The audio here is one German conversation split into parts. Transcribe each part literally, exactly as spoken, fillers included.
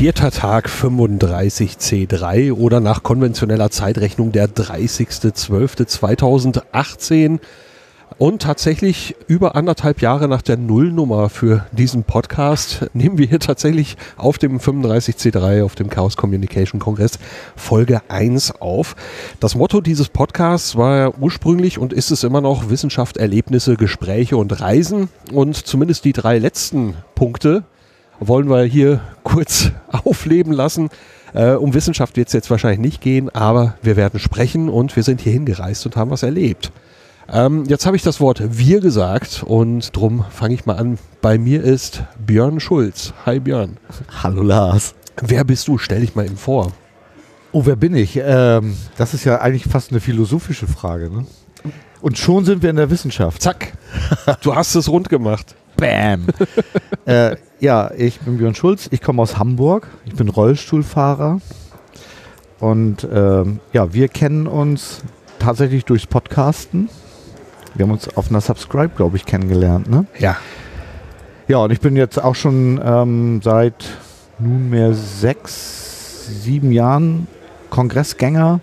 Vierter Tag fünfunddreißig C drei oder nach konventioneller Zeitrechnung der dreißigster zwölfter zweitausendachtzehn und tatsächlich über anderthalb Jahre nach der Nullnummer für diesen Podcast nehmen wir hier tatsächlich auf dem fünfunddreißig C drei, auf dem Chaos Communication Kongress Folge eins auf. Das Motto dieses Podcasts war ursprünglich und ist es immer noch Wissenschaft, Erlebnisse, Gespräche und Reisen, und zumindest die drei letzten Punkte wollen wir hier kurz aufleben lassen. Äh, um Wissenschaft wird es jetzt wahrscheinlich nicht gehen, aber wir werden sprechen und wir sind hier hingereist und haben was erlebt. Ähm, jetzt habe ich das Wort wir gesagt und drum fange ich mal an. Bei mir ist Björn Schulz. Hi Björn. Hallo Lars. Wer bist du? Stell dich mal eben vor. Oh, wer bin ich? Ähm, das ist ja eigentlich fast eine philosophische Frage, ne? Und schon sind wir in der Wissenschaft. Zack. Du hast es rund gemacht. Bam. äh, ja, ich bin Björn Schulz. Ich komme aus Hamburg. Ich bin Rollstuhlfahrer. Und ähm, ja, wir kennen uns tatsächlich durchs Podcasten. Wir haben uns auf einer Subscribe, glaube ich, kennengelernt, ne? Ja. Ja, und ich bin jetzt auch schon ähm, seit nunmehr sechs, sieben Jahren Kongressgänger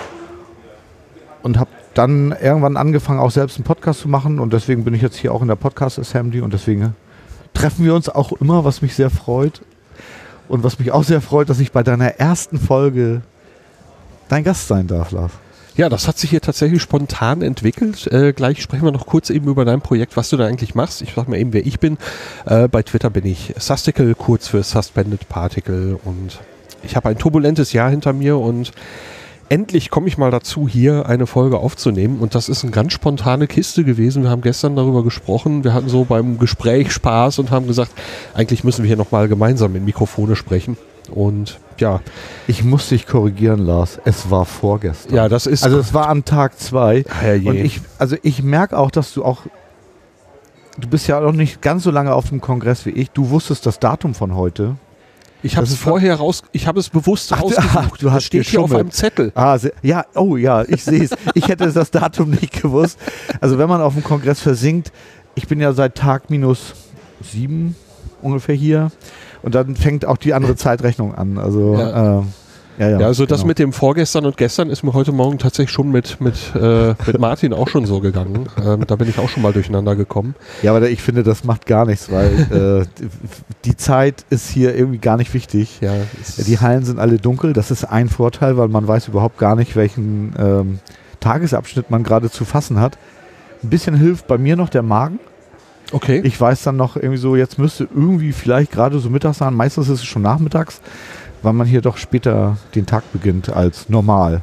und habe dann irgendwann angefangen, auch selbst einen Podcast zu machen, und deswegen bin ich jetzt hier auch in der Podcast Assembly und deswegen treffen wir uns auch immer, was mich sehr freut. Und was mich auch sehr freut, dass ich bei deiner ersten Folge dein Gast sein darf, Lars. Ja, das hat sich hier tatsächlich spontan entwickelt. Äh, gleich sprechen wir noch kurz eben über dein Projekt, was du da eigentlich machst. Ich sag mal eben, wer ich bin. Äh, bei Twitter bin ich Sustical, kurz für Suspended Particle, und ich habe ein turbulentes Jahr hinter mir und endlich komme ich mal dazu, hier eine Folge aufzunehmen, und das ist eine ganz spontane Kiste gewesen. Wir haben gestern darüber gesprochen, wir hatten so beim Gespräch Spaß und haben gesagt, eigentlich müssen wir hier nochmal gemeinsam in Mikrofone sprechen, und ja. Ich muss dich korrigieren, Lars, es war vorgestern. Ja, das ist... Also es war am Tag zwei, Herrje. Und ich, also ich merke auch, dass du auch, du bist ja auch nicht ganz so lange auf dem Kongress wie ich, du wusstest das Datum von heute. Ich habe es vorher raus, ich habe es bewusst Ach, rausgesucht. Du hast das steht hier auf einem Zettel. Ah, sehr, ja, oh ja, ich sehe es. Ich hätte das Datum nicht gewusst. Also wenn man auf dem Kongress versinkt, ich bin ja seit Tag minus sieben ungefähr hier, und dann fängt auch die andere Zeitrechnung an. Also ja, äh, ja, ja, ja, also das genau. mit dem Vorgestern und gestern ist mir heute Morgen tatsächlich schon mit, mit, äh, mit Martin auch schon so gegangen. Ähm, da bin ich auch schon mal durcheinander gekommen. Ja, aber ich finde, das macht gar nichts, weil äh, die Zeit ist hier irgendwie gar nicht wichtig. Ja, die Hallen sind alle dunkel, das ist ein Vorteil, weil man weiß überhaupt gar nicht, welchen ähm, Tagesabschnitt man gerade zu fassen hat. Ein bisschen hilft bei mir noch der Magen. Okay. Ich weiß dann noch irgendwie so, jetzt müsste irgendwie vielleicht gerade so mittags sein, meistens ist es schon nachmittags, weil man hier doch später den Tag beginnt als normal.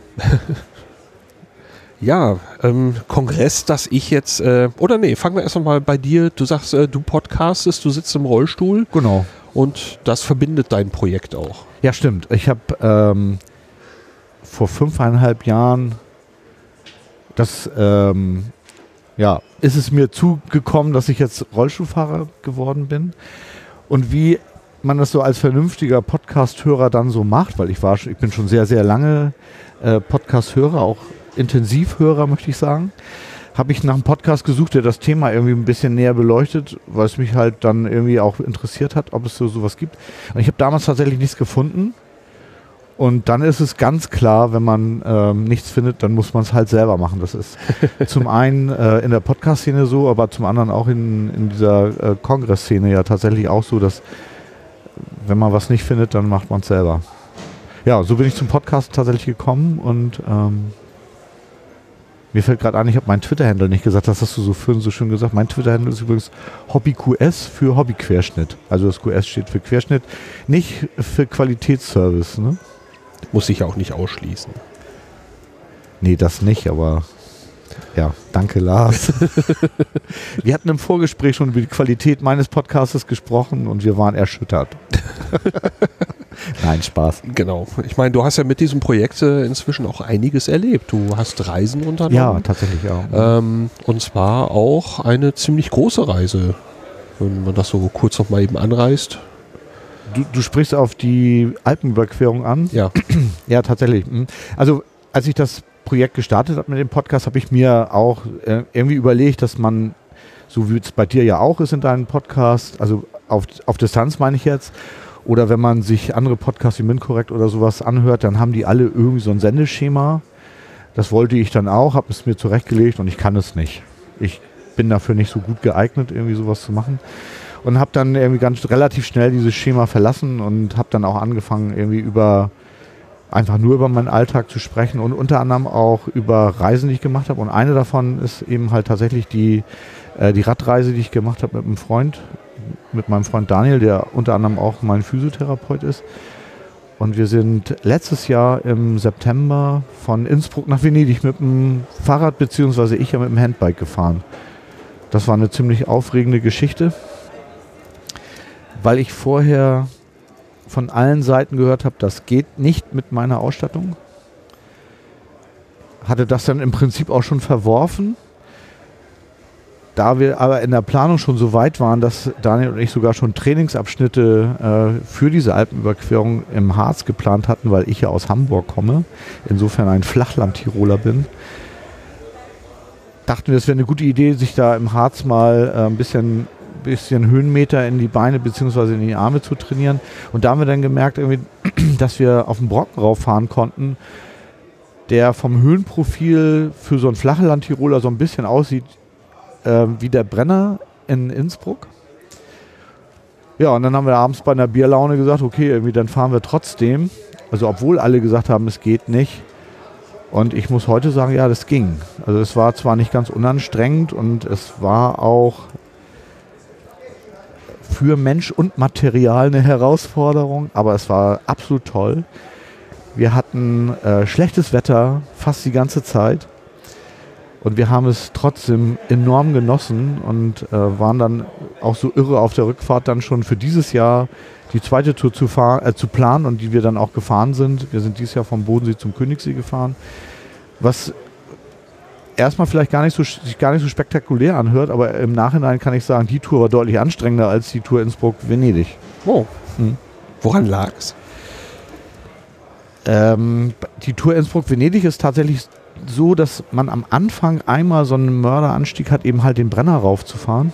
Ja, ähm, Kongress, dass ich jetzt, äh, oder nee, fangen wir erst mal bei dir. Du sagst, äh, du podcastest, du sitzt im Rollstuhl. Genau. Und das verbindet dein Projekt auch. Ja, stimmt. Ich habe ähm, vor fünfeinhalb Jahren, das, ähm, ja, ist es mir zugekommen, dass ich jetzt Rollstuhlfahrer geworden bin. Und wie man das so als vernünftiger Podcast-Hörer dann so macht, weil ich war, ich bin schon sehr, sehr lange äh, Podcast-Hörer, auch Intensivhörer, möchte ich sagen, habe ich nach einem Podcast gesucht, der das Thema irgendwie ein bisschen näher beleuchtet, weil es mich halt dann irgendwie auch interessiert hat, ob es so sowas gibt. Und ich habe damals tatsächlich nichts gefunden. Und dann ist es ganz klar, wenn man ähm, nichts findet, dann muss man es halt selber machen. Das ist zum einen äh, in der Podcast-Szene so, aber zum anderen auch in, in dieser äh, Kongress-Szene ja tatsächlich auch so, dass wenn man was nicht findet, dann macht man es selber. Ja, so bin ich zum Podcast tatsächlich gekommen, und ähm, mir fällt gerade ein, ich habe meinen Twitter-Handle nicht gesagt, das hast du so schön, so schön gesagt. Mein Twitter-Handle ist übrigens HobbyQS für Hobbyquerschnitt. Also das Q S steht für Querschnitt, nicht für Qualitätsservice, ne? Muss ich auch nicht ausschließen. Nee, das nicht, aber ja, danke Lars. Wir hatten im Vorgespräch schon über die Qualität meines Podcasts gesprochen und wir waren erschüttert. Nein, Spaß. Genau. Ich meine, du hast ja mit diesem Projekt äh, inzwischen auch einiges erlebt. Du hast Reisen unternommen. Ja, tatsächlich auch. Ähm, und zwar auch eine ziemlich große Reise, wenn man das so kurz noch mal eben anreißt. Du, du sprichst auf die Alpenüberquerung an? Ja. Ja, tatsächlich. Also, als ich das Projekt gestartet habe mit dem Podcast, habe ich mir auch äh, irgendwie überlegt, dass man, so wie es bei dir ja auch ist in deinem Podcast, also auf, auf Distanz meine ich jetzt, oder wenn man sich andere Podcasts wie MinCorrect oder sowas anhört, dann haben die alle irgendwie so ein Sendeschema. Das wollte ich dann auch, habe es mir zurechtgelegt und ich kann es nicht. Ich bin dafür nicht so gut geeignet, irgendwie sowas zu machen. Und habe dann irgendwie ganz relativ schnell dieses Schema verlassen und habe dann auch angefangen, irgendwie über einfach nur über meinen Alltag zu sprechen und unter anderem auch über Reisen, die ich gemacht habe. Und eine davon ist eben halt tatsächlich die, äh, die Radreise, die ich gemacht habe mit einem Freund, mit meinem Freund Daniel, der unter anderem auch mein Physiotherapeut ist. Und wir sind letztes Jahr im September von Innsbruck nach Venedig mit dem Fahrrad, beziehungsweise ich ja mit dem Handbike gefahren. Das war eine ziemlich aufregende Geschichte, weil ich vorher von allen Seiten gehört habe, das geht nicht mit meiner Ausstattung. Hatte das dann im Prinzip auch schon verworfen. Da wir aber in der Planung schon so weit waren, dass Daniel und ich sogar schon Trainingsabschnitte äh, für diese Alpenüberquerung im Harz geplant hatten, weil ich ja aus Hamburg komme, insofern ein Flachland-Tiroler bin, dachten wir, es wäre eine gute Idee, sich da im Harz mal äh, ein bisschen, bisschen Höhenmeter in die Beine bzw. in die Arme zu trainieren. Und da haben wir dann gemerkt, irgendwie, dass wir auf den Brocken rauffahren konnten, der vom Höhenprofil für so einen Flachland-Tiroler so ein bisschen aussieht wie der Brenner in Innsbruck. Ja, und dann haben wir abends bei einer Bierlaune gesagt, okay, irgendwie dann fahren wir trotzdem. Also obwohl alle gesagt haben, es geht nicht. Und ich muss heute sagen, ja, das ging. Also es war zwar nicht ganz unanstrengend und es war auch für Mensch und Material eine Herausforderung, aber es war absolut toll. Wir hatten äh, schlechtes Wetter fast die ganze Zeit. Und wir haben es trotzdem enorm genossen und äh, waren dann auch so irre auf der Rückfahrt dann schon für dieses Jahr die zweite Tour zu, fahr- äh, zu planen und die wir dann auch gefahren sind. Wir sind dieses Jahr vom Bodensee zum Königssee gefahren, was erstmal vielleicht gar nicht so, sich gar nicht so spektakulär anhört, aber im Nachhinein kann ich sagen, die Tour war deutlich anstrengender als die Tour Innsbruck-Venedig. Oh. Hm. Woran lag es? Ähm, die Tour Innsbruck-Venedig ist tatsächlich so, dass man am Anfang einmal so einen Mörderanstieg hat, eben halt den Brenner raufzufahren.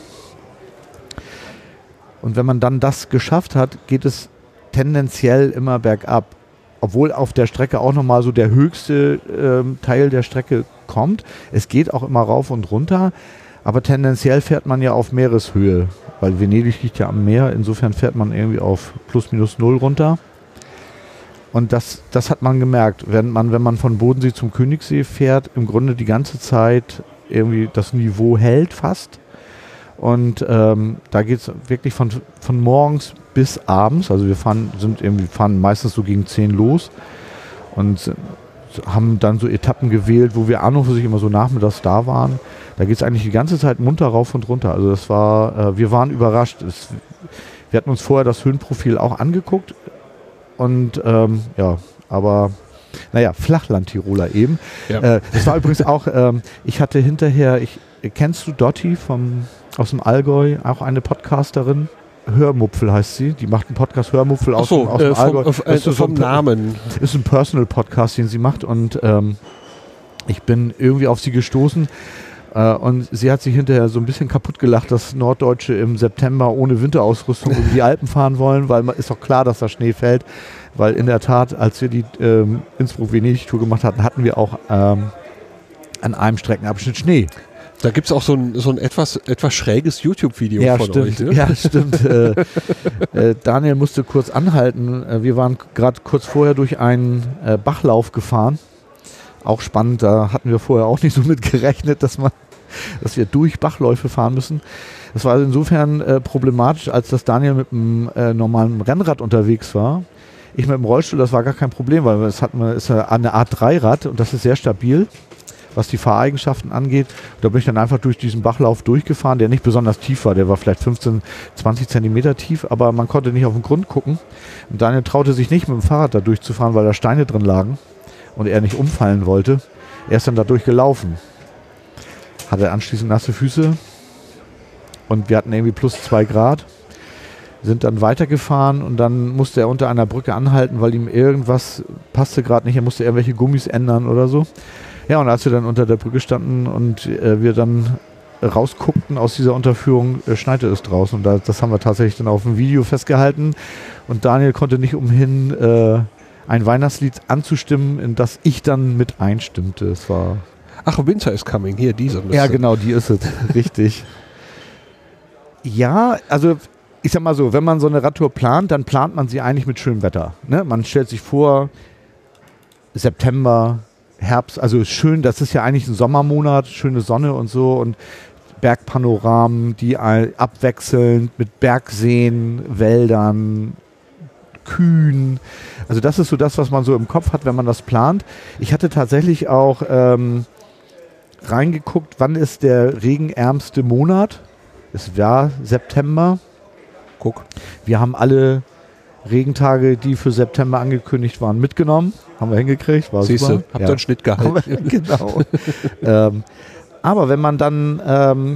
Und wenn man dann das geschafft hat, geht es tendenziell immer bergab. Obwohl auf der Strecke auch nochmal so der höchste ähm, Teil der Strecke kommt. Es geht auch immer rauf und runter, aber tendenziell fährt man ja auf Meereshöhe, weil Venedig liegt ja am Meer, insofern fährt man irgendwie auf plus minus null runter. Und das, das hat man gemerkt, wenn man, wenn man von Bodensee zum Königssee fährt, im Grunde die ganze Zeit irgendwie das Niveau hält fast. Und ähm, da geht es wirklich von, von morgens bis abends. Also wir fahren, sind irgendwie, fahren meistens so gegen zehn los und haben dann so Etappen gewählt, wo wir an und für sich immer so nachmittags da waren. Da geht es eigentlich die ganze Zeit munter rauf und runter. Also das war, äh, wir waren überrascht. Es, wir hatten uns vorher das Höhenprofil auch angeguckt. Und ähm, ja, aber naja, Flachland-Tiroler eben. Ja. Äh, das war übrigens auch, ähm, ich hatte hinterher, ich, kennst du Dotti vom, aus dem Allgäu, auch eine Podcasterin? Hörmupfel heißt sie, die macht einen Podcast Hörmupfel aus, so, dem, aus äh, dem vom, Allgäu. Äh, ist vom so Namen. Ist ein Personal-Podcast, den sie macht und ähm, ich bin irgendwie auf sie gestoßen. Uh, und sie hat sich hinterher so ein bisschen kaputt gelacht, dass Norddeutsche im September ohne Winterausrüstung über die Alpen fahren wollen, weil man ist doch klar, dass da Schnee fällt. Weil in der Tat, als wir die ähm, Innsbruck-Venedig-Tour gemacht hatten, hatten wir auch ähm, an einem Streckenabschnitt Schnee. Da gibt es auch so ein, so ein etwas, etwas schräges YouTube-Video ja, von stimmt. euch. Ne? Ja, stimmt. äh, äh, Daniel musste kurz anhalten. Äh, wir waren gerade kurz vorher durch einen äh, Bachlauf gefahren. Auch spannend, da hatten wir vorher auch nicht so mit gerechnet, dass, man, dass wir durch Bachläufe fahren müssen. Das war also insofern äh, problematisch, als dass Daniel mit einem äh, normalen Rennrad unterwegs war. Ich mit dem Rollstuhl, das war gar kein Problem, weil es hat eine, ist eine Art Dreirad und das ist sehr stabil, was die Fahreigenschaften angeht. Da bin ich dann einfach durch diesen Bachlauf durchgefahren, der nicht besonders tief war. Der war vielleicht fünfzehn, zwanzig Zentimeter tief, aber man konnte nicht auf den Grund gucken. Und Daniel traute sich nicht, mit dem Fahrrad da durchzufahren, weil da Steine drin lagen und er nicht umfallen wollte. Er ist dann da durchgelaufen. Hatte anschließend nasse Füße und wir hatten irgendwie plus zwei Grad. Sind dann weitergefahren und dann musste er unter einer Brücke anhalten, weil ihm irgendwas passte gerade nicht. Er musste irgendwelche Gummis ändern oder so. Ja, und als wir dann unter der Brücke standen und äh, wir dann rausguckten aus dieser Unterführung, äh, schneite es draußen. Und da, das haben wir tatsächlich dann auf dem Video festgehalten. Und Daniel konnte nicht umhin, äh, ein Weihnachtslied anzustimmen, in das ich dann mit einstimmte. Es war Ach, Winter is Coming, hier, diese. Ja, genau, die ist es. Richtig. Ja, also ich sag mal so, wenn man so eine Radtour plant, dann plant man sie eigentlich mit schönem Wetter. Ne? Man stellt sich vor, September, Herbst, also schön, das ist ja eigentlich ein Sommermonat, schöne Sonne und so und Bergpanoramen, die abwechselnd mit Bergseen, Wäldern, Kühen. Also das ist so das, was man so im Kopf hat, wenn man das plant. Ich hatte tatsächlich auch ähm, reingeguckt, wann ist der regenärmste Monat. Es war September. Guck. Wir haben alle Regentage, die für September angekündigt waren, mitgenommen. Haben wir hingekriegt. War Siehst super. du, habt ja. ihr einen Schnitt gehalten. Genau. ähm, aber wenn man dann ähm,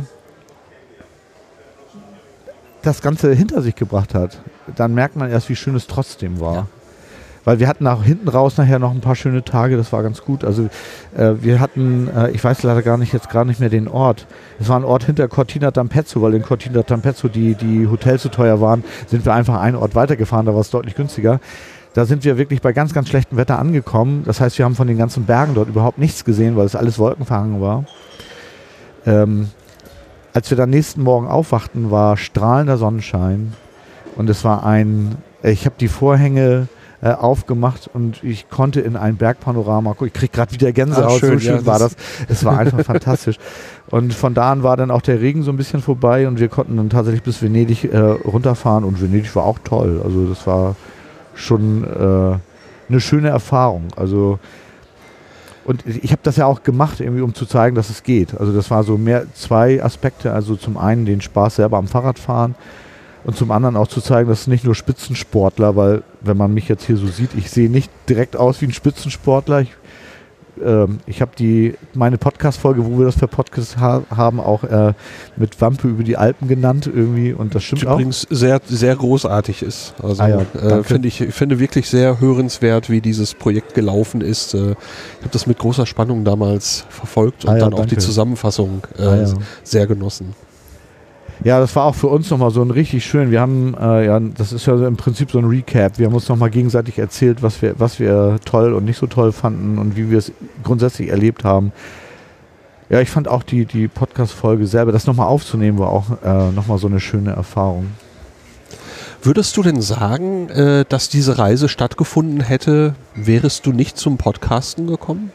das Ganze hinter sich gebracht hat, dann merkt man erst, wie schön es trotzdem war. Ja. Weil wir hatten nach hinten raus nachher noch ein paar schöne Tage, das war ganz gut. Also äh, wir hatten, äh, ich weiß leider gar nicht, jetzt gar nicht mehr den Ort. Es war ein Ort hinter Cortina d'Ampezzo, weil in Cortina d'Ampezzo die, die Hotels so teuer waren, sind wir einfach einen Ort weitergefahren, da war es deutlich günstiger. Da sind wir wirklich bei ganz, ganz schlechtem Wetter angekommen. Das heißt, wir haben von den ganzen Bergen dort überhaupt nichts gesehen, weil es alles wolkenverhangen war. Ähm, als wir dann nächsten Morgen aufwachten, war strahlender Sonnenschein. Und es war ein, ich habe die Vorhänge äh, aufgemacht und ich konnte in ein Bergpanorama gucken. Ich kriege gerade wieder Gänsehaut, ah, schön, so schön ja, war das. Es war einfach fantastisch. Und von da an war dann auch der Regen so ein bisschen vorbei und wir konnten dann tatsächlich bis Venedig äh, runterfahren und Venedig war auch toll. Also das war schon äh, eine schöne Erfahrung. Also und ich habe das ja auch gemacht, irgendwie, um zu zeigen, dass es geht. Also das war so mehr zwei Aspekte. Also zum einen den Spaß selber am Fahrradfahren und zum anderen auch zu zeigen, dass es nicht nur Spitzensportler, weil wenn man mich jetzt hier so sieht, ich sehe nicht direkt aus wie ein Spitzensportler. Ich, ähm, ich habe die meine Podcast-Folge, wo wir das für Podcast ha- haben, auch äh, mit Wampe über die Alpen genannt irgendwie und das stimmt auch. Übrigens sehr, sehr großartig ist. Also ah ja, äh, finde ich finde wirklich sehr hörenswert, wie dieses Projekt gelaufen ist. Äh, ich habe das mit großer Spannung damals verfolgt und ah ja, dann auch danke. die Zusammenfassung äh, ah ja. sehr genossen. Ja, das war auch für uns nochmal so ein richtig schön. Wir haben, äh, ja, das ist ja so im Prinzip so ein Recap. Wir haben uns nochmal gegenseitig erzählt, was wir, was wir toll und nicht so toll fanden und wie wir es grundsätzlich erlebt haben. Ja, ich fand auch die, die Podcast-Folge selber, das nochmal aufzunehmen, war auch äh, nochmal so eine schöne Erfahrung. Würdest du denn sagen, äh, dass diese Reise stattgefunden hätte, wärest du nicht zum Podcasten gekommen?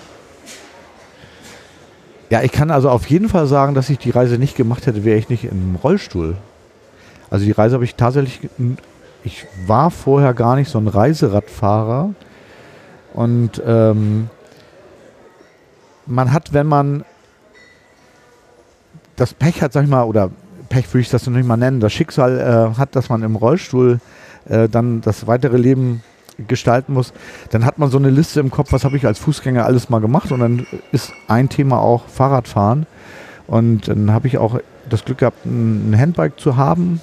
Ja, ich kann also auf jeden Fall sagen, dass ich die Reise nicht gemacht hätte, wäre ich nicht im Rollstuhl. Also die Reise habe ich tatsächlich, ich war vorher gar nicht so ein Reiseradfahrer und ähm, man hat, wenn man das Pech hat, sag ich mal, oder Pech würde ich das noch nicht mal nennen, das Schicksal äh, hat, dass man im Rollstuhl äh, dann das weitere Leben gestalten muss, dann hat man so eine Liste im Kopf, was habe ich als Fußgänger alles mal gemacht und dann ist ein Thema auch Fahrradfahren und dann habe ich auch das Glück gehabt, ein Handbike zu haben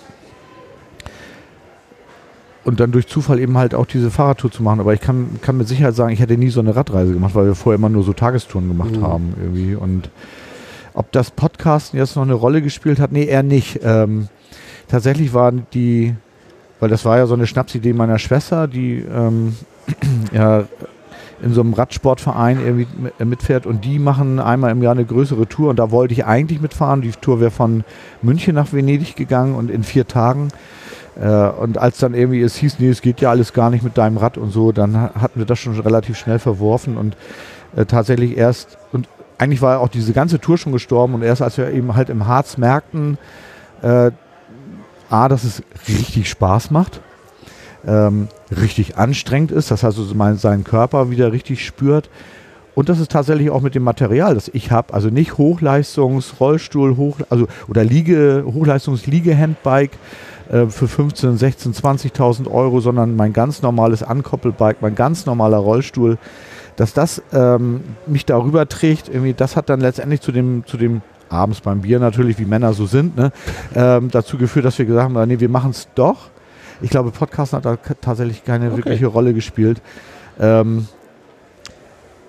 und dann durch Zufall eben halt auch diese Fahrradtour zu machen, aber ich kann, kann mit Sicherheit sagen, ich hätte nie so eine Radreise gemacht, weil wir vorher immer nur so Tagestouren gemacht mhm. haben irgendwie und ob das Podcasten jetzt noch eine Rolle gespielt hat, nee, eher nicht. Ähm, tatsächlich waren die Weil das war ja so eine Schnapsidee meiner Schwester, die ähm, ja in so einem Radsportverein irgendwie mitfährt und die machen einmal im Jahr eine größere Tour und da wollte ich eigentlich mitfahren. Die Tour wäre von München nach Venedig gegangen und in vier Tagen. Äh, und als dann irgendwie es hieß, nee, es geht ja alles gar nicht mit deinem Rad und so, dann hatten wir das schon relativ schnell verworfen und äh, tatsächlich erst, und eigentlich war auch diese ganze Tour schon gestorben und erst als wir eben halt im Harz merkten, äh, A, dass es richtig Spaß macht, ähm, richtig anstrengend ist, das heißt, also mein, seinen Körper wieder richtig spürt und das ist tatsächlich auch mit dem Material, das ich habe, also nicht Hochleistungs-Rollstuhl, Hoch, also oder Liege, Hochleistungs-Liege-Handbike äh, für fünfzehn, sechzehn, zwanzigtausend Euro, sondern mein ganz normales Ankoppelbike, mein ganz normaler Rollstuhl, dass das ähm, mich darüber trägt, irgendwie, das hat dann letztendlich zu dem, zu dem abends beim Bier natürlich, wie Männer so sind, ne, ähm, dazu geführt, dass wir gesagt haben, nee, wir machen es doch. Ich glaube, Podcasten hat da k- tatsächlich keine okay. wirkliche Rolle gespielt. Ähm,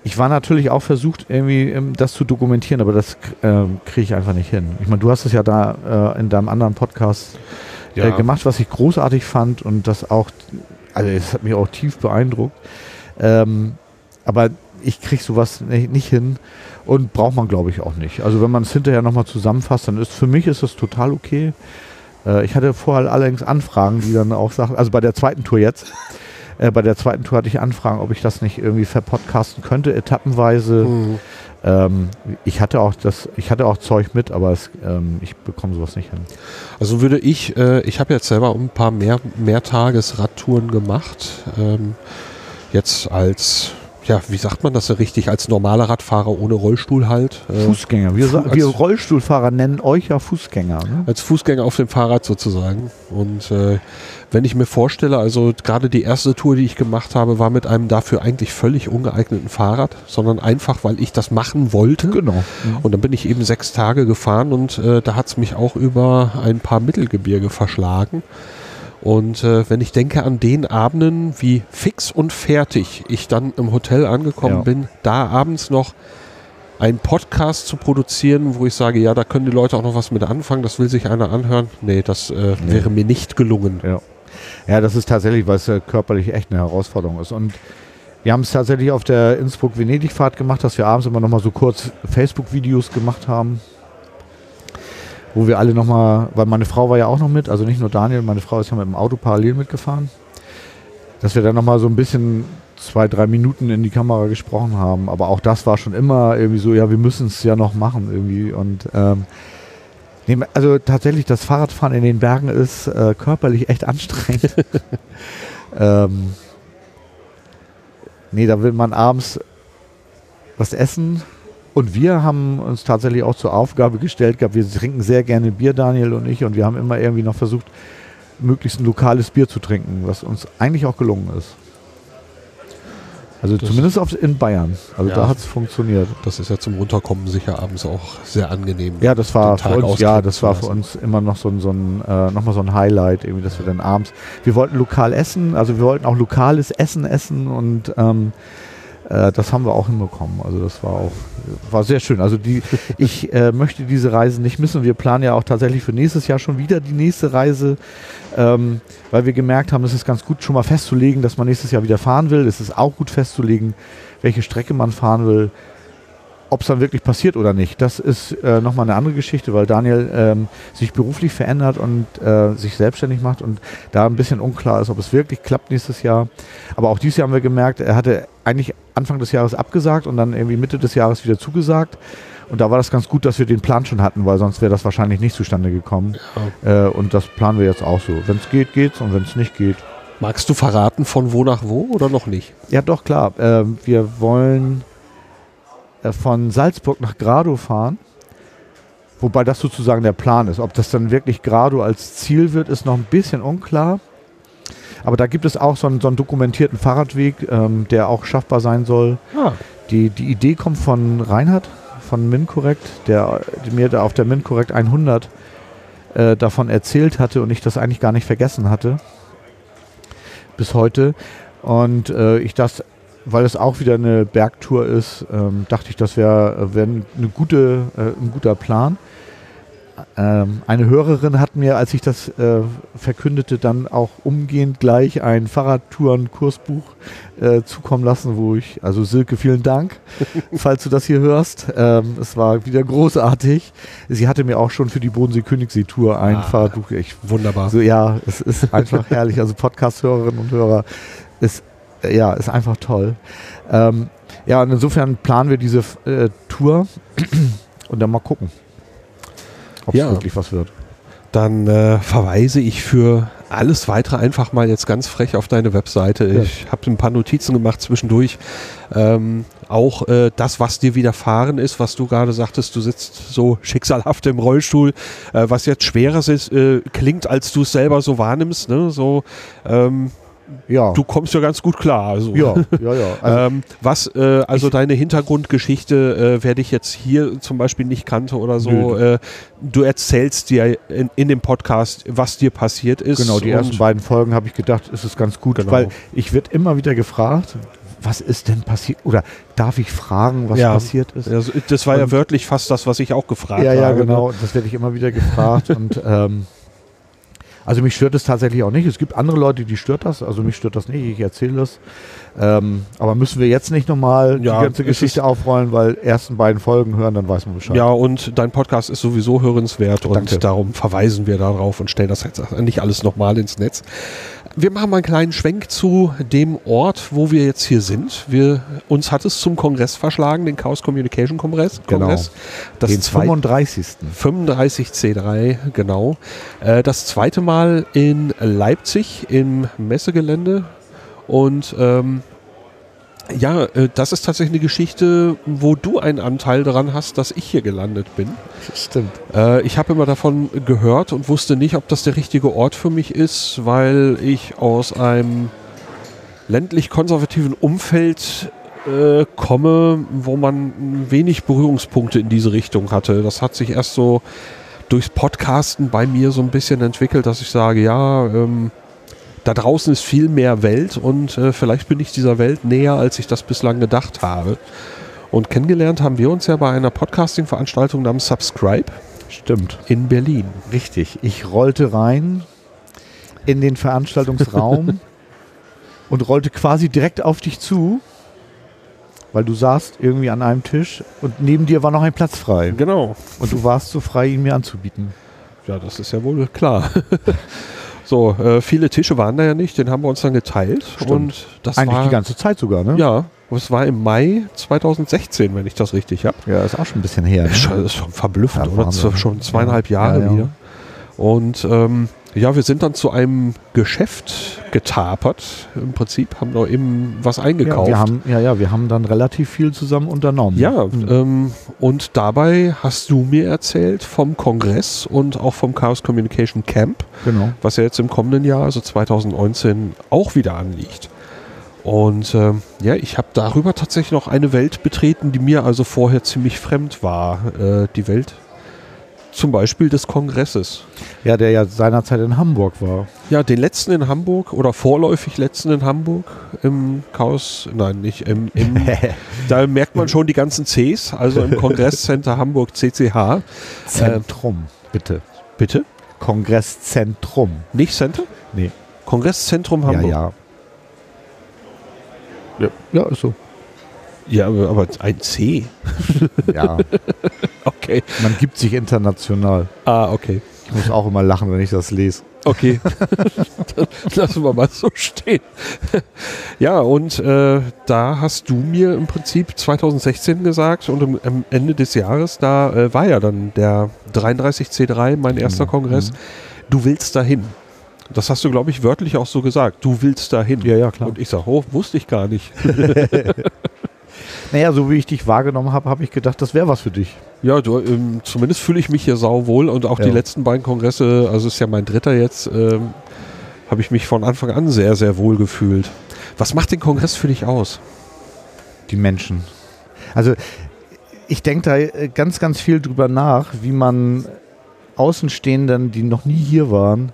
ich war natürlich auch versucht, irgendwie ähm, das zu dokumentieren, aber das äh, kriege ich einfach nicht hin. Ich meine, du hast es ja da äh, in deinem anderen Podcast äh, Ja. gemacht, was ich großartig fand und das auch, also es hat mich auch tief beeindruckt. Ähm, aber ich kriege sowas nicht, nicht hin und braucht man, glaube ich, auch nicht. Also wenn man es hinterher nochmal zusammenfasst, dann ist für mich ist das total okay. Äh, ich hatte vorher allerdings Anfragen, die dann auch sagen, also bei der zweiten Tour jetzt, äh, bei der zweiten Tour hatte ich Anfragen, ob ich das nicht irgendwie verpodcasten könnte, etappenweise. Mhm. Ähm, ich hatte auch das, ich hatte auch Zeug mit, aber es, ähm, ich bekomme sowas nicht hin. Also würde ich, äh, ich habe jetzt selber ein paar mehr Mehrtages-Radtouren gemacht. Ähm, jetzt als, ja, wie sagt man das so richtig, als normaler Radfahrer ohne Rollstuhl halt. Äh, Fußgänger. Wir, sa- als- wir Rollstuhlfahrer nennen euch ja Fußgänger. Ne? Als Fußgänger auf dem Fahrrad sozusagen. Und äh, wenn ich mir vorstelle, also gerade die erste Tour, die ich gemacht habe, war mit einem dafür eigentlich völlig ungeeigneten Fahrrad, sondern einfach, weil ich das machen wollte. Genau. Und dann bin ich eben sechs Tage gefahren und äh, da hat es mich auch über ein paar Mittelgebirge verschlagen. Und äh, wenn ich denke an den Abenden, wie fix und fertig ich dann im Hotel angekommen Ja. bin, da abends noch einen Podcast zu produzieren, wo ich sage, ja, da können die Leute auch noch was mit anfangen, das will sich einer anhören. Nee, das äh, Nee. wäre mir nicht gelungen. Ja. Ja, das ist tatsächlich, weil es ja körperlich echt eine Herausforderung ist. Und wir haben es tatsächlich auf der Innsbruck-Venedig-Fahrt gemacht, dass wir abends immer noch mal so kurz Facebook-Videos gemacht haben, wo wir alle noch mal, weil meine Frau war ja auch noch mit, also nicht nur Daniel, meine Frau ist ja mit dem Auto parallel mitgefahren, dass wir dann noch mal so ein bisschen zwei, drei Minuten in die Kamera gesprochen haben. Aber auch das war schon immer irgendwie so, ja, wir müssen es ja noch machen irgendwie. Und ähm, nee, also tatsächlich, das Fahrradfahren in den Bergen ist äh, körperlich echt anstrengend. ähm, nee, da will man abends was essen. Und wir haben uns tatsächlich auch zur Aufgabe gestellt gehabt, wir trinken sehr gerne Bier, Daniel und ich, und wir haben immer irgendwie noch versucht, möglichst ein lokales Bier zu trinken, was uns eigentlich auch gelungen ist. Also Das zumindest auf, in Bayern. Also Ja. da hat es funktioniert. Das ist ja zum Runterkommen sicher abends auch sehr angenehm. Ja, das war den Tag für uns, ja, ausklingen das zu war für lassen. uns immer noch so ein, so ein äh, nochmal so ein Highlight, irgendwie, dass wir dann abends, wir wollten lokal essen, also wir wollten auch lokales Essen essen und ähm, äh, das haben wir auch hinbekommen. Also das war auch, war sehr schön. Also die, ich äh, möchte diese Reise nicht missen. Wir planen ja auch tatsächlich für nächstes Jahr schon wieder die nächste Reise, ähm, weil wir gemerkt haben, es ist ganz gut schon mal festzulegen, dass man nächstes Jahr wieder fahren will. Es ist auch gut festzulegen, welche Strecke man fahren will. Ob es dann wirklich passiert oder nicht, das ist äh, nochmal eine andere Geschichte, weil Daniel ähm, sich beruflich verändert und äh, sich selbstständig macht und da ein bisschen unklar ist, ob es wirklich klappt nächstes Jahr. Aber auch dieses Jahr haben wir gemerkt, er hatte eigentlich Anfang des Jahres abgesagt und dann irgendwie Mitte des Jahres wieder zugesagt. Und da war das ganz gut, dass wir den Plan schon hatten, weil sonst wäre das wahrscheinlich nicht zustande gekommen. Ja. Äh, und das planen wir jetzt auch so. Wenn es geht, geht's, und wenn es nicht geht. Magst du verraten, von wo nach wo oder noch nicht? Ja, doch, klar. Äh, wir wollen von Salzburg nach Grado fahren, wobei das sozusagen der Plan ist. Ob das dann wirklich Grado als Ziel wird, ist noch ein bisschen unklar. Aber da gibt es auch so einen, so einen dokumentierten Fahrradweg, ähm, der auch schaffbar sein soll. Ah. Die, die Idee kommt von Reinhard, von MinCorrect, der mir da auf der MinCorrect hundert äh, davon erzählt hatte und ich das eigentlich gar nicht vergessen hatte. Bis heute. Und äh, ich das weil es auch wieder eine Bergtour ist, ähm, dachte ich, das wäre wär eine gute, äh, ein guter Plan. Ähm, eine Hörerin hat mir, als ich das äh, verkündete, dann auch umgehend gleich ein Fahrradtouren-Kursbuch äh, zukommen lassen, wo ich, also Silke, vielen Dank, falls du das hier hörst. Ähm, es war wieder großartig. Sie hatte mir auch schon für die Bodensee-Königssee-Tour ein Ah, Fahrradbuch. Ich, Wunderbar. so, ja, es ist einfach herrlich. Also Podcast-Hörerinnen und Hörer, ist ja, ist einfach toll. Ähm, ja, und insofern planen wir diese äh, Tour und dann mal gucken, ob es Ja. wirklich was wird. Dann äh, verweise ich für alles Weitere einfach mal jetzt ganz frech auf deine Webseite. Ja. Ich habe ein paar Notizen gemacht zwischendurch. Ähm, auch äh, das, was dir widerfahren ist, was du gerade sagtest, du sitzt so schicksalhaft im Rollstuhl, äh, was jetzt schwerer ist, äh, klingt, als du es selber so wahrnimmst. Ne? So, ähm, Ja, du kommst ja ganz gut klar. Also. ja, ja, ja. Also, ähm, was, äh, also ich- deine Hintergrundgeschichte, äh, wer dich jetzt hier zum Beispiel nicht kannte oder so, Nö. äh, du erzählst dir in, in dem Podcast, was dir passiert ist. genau, die und- ersten beiden Folgen habe ich gedacht, ist es ganz gut, Genau. weil ich werde immer wieder gefragt, was ist denn passiert? Oder darf ich fragen, was ja. passiert ist? Also, das war und, ja wörtlich fast das, was ich auch gefragt ja, habe. Ja, ja, genau. Ne? Das werde ich immer wieder gefragt. und ähm, Also mich stört es tatsächlich auch nicht. Es gibt andere Leute, die stört das. Also mich stört das nicht. Ich erzähle das. Ähm, aber müssen wir jetzt nicht nochmal ja, die ganze Geschichte aufrollen, weil ersten beiden Folgen hören, dann weiß man Bescheid. Ja, und dein Podcast ist sowieso hörenswert und Danke. Darum verweisen wir darauf und stellen das jetzt nicht alles nochmal ins Netz. Wir machen mal einen kleinen Schwenk zu dem Ort, wo wir jetzt hier sind. Wir, uns hat es zum Kongress verschlagen, den Chaos Communication Kongress. Genau. Kongress. Das den fünfunddreißigsten fünfunddreißig C drei, genau. Äh, das zweite Mal in Leipzig im Messegelände. Und ähm, ja, äh, das ist tatsächlich eine Geschichte, wo du einen Anteil daran hast, dass ich hier gelandet bin. Stimmt. Äh, ich habe immer davon gehört und wusste nicht, ob das der richtige Ort für mich ist, weil ich aus einem ländlich-konservativen Umfeld äh, komme, wo man wenig Berührungspunkte in diese Richtung hatte. Das hat sich erst so durchs Podcasten bei mir so ein bisschen entwickelt, dass ich sage, ja, ähm, da draußen ist viel mehr Welt und äh, vielleicht bin ich dieser Welt näher, als ich das bislang gedacht habe. Und kennengelernt haben wir uns ja bei einer Podcasting-Veranstaltung namens Subscribe. Stimmt. In Berlin. Richtig. Ich rollte rein in den Veranstaltungsraum und rollte quasi direkt auf dich zu, weil du saßt irgendwie an einem Tisch und neben dir war noch ein Platz frei. Genau. Und du warst so frei, ihn mir anzubieten. Ja, das ist ja wohl klar. So, äh, viele Tische waren da ja nicht, den haben wir uns dann geteilt. Stimmt. Und das Eigentlich war, die ganze Zeit sogar, ne? Ja, es war im Mai zweitausendsechzehn, wenn ich das richtig habe. Ja, ist auch schon ein bisschen her. Ne? Ist schon, ist schon verblüffend, Ja, oder? Wahnsinn. Z- Schon zweieinhalb Jahre Ja, ja. wieder. Und ähm, ja, wir sind dann zu einem Geschäft getapert. Im Prinzip haben wir eben was Ja, eingekauft. wir haben, ja, ja, wir haben dann relativ viel zusammen unternommen. Ja, Mhm. ähm, und dabei hast du mir erzählt vom Kongress und auch vom Chaos Communication Camp, Genau. was ja jetzt im kommenden Jahr, also zweitausendneunzehn, auch wieder anliegt. Und ähm, ja, ich habe darüber tatsächlich noch eine Welt betreten, die mir also vorher ziemlich fremd war. Äh, die Welt zum Beispiel des Kongresses. Ja, der ja seinerzeit in Hamburg war. Ja, den letzten in Hamburg oder vorläufig letzten in Hamburg im Chaos, nein, nicht im, im da merkt man schon die ganzen Cs, also im Kongresscenter Hamburg C C H. Zentrum, äh, bitte. Bitte? Kongresszentrum. Nicht Center? Nee. Kongresszentrum Hamburg. Ja, ja. Ja, ist so. Ja, aber, aber ein C. Ja, Okay. man gibt sich international. Ah, okay. Ich muss auch immer lachen, wenn ich das lese. Okay. Dann lassen wir mal so stehen. Ja, und äh, da hast du mir im Prinzip zweitausendsechzehn gesagt und im, am Ende des Jahres, da äh, war ja dann der dreiunddreißig C drei, mein erster Mhm. Kongress. Du willst dahin. Das hast du, glaube ich, wörtlich auch so gesagt. Du willst dahin. Ja, ja, klar. Und ich sage, oh, wusste ich gar nicht. Naja, so wie ich dich wahrgenommen habe, habe ich gedacht, das wäre was für dich. Ja, du, ähm, zumindest fühle ich mich hier sauwohl und auch Ja. die letzten beiden Kongresse, also ist ja mein dritter jetzt, ähm, habe ich mich von Anfang an sehr, sehr wohl gefühlt. Was macht den Kongress für dich aus? Die Menschen. Also ich denke da äh, ganz, ganz viel drüber nach, wie man Außenstehenden, die noch nie hier waren,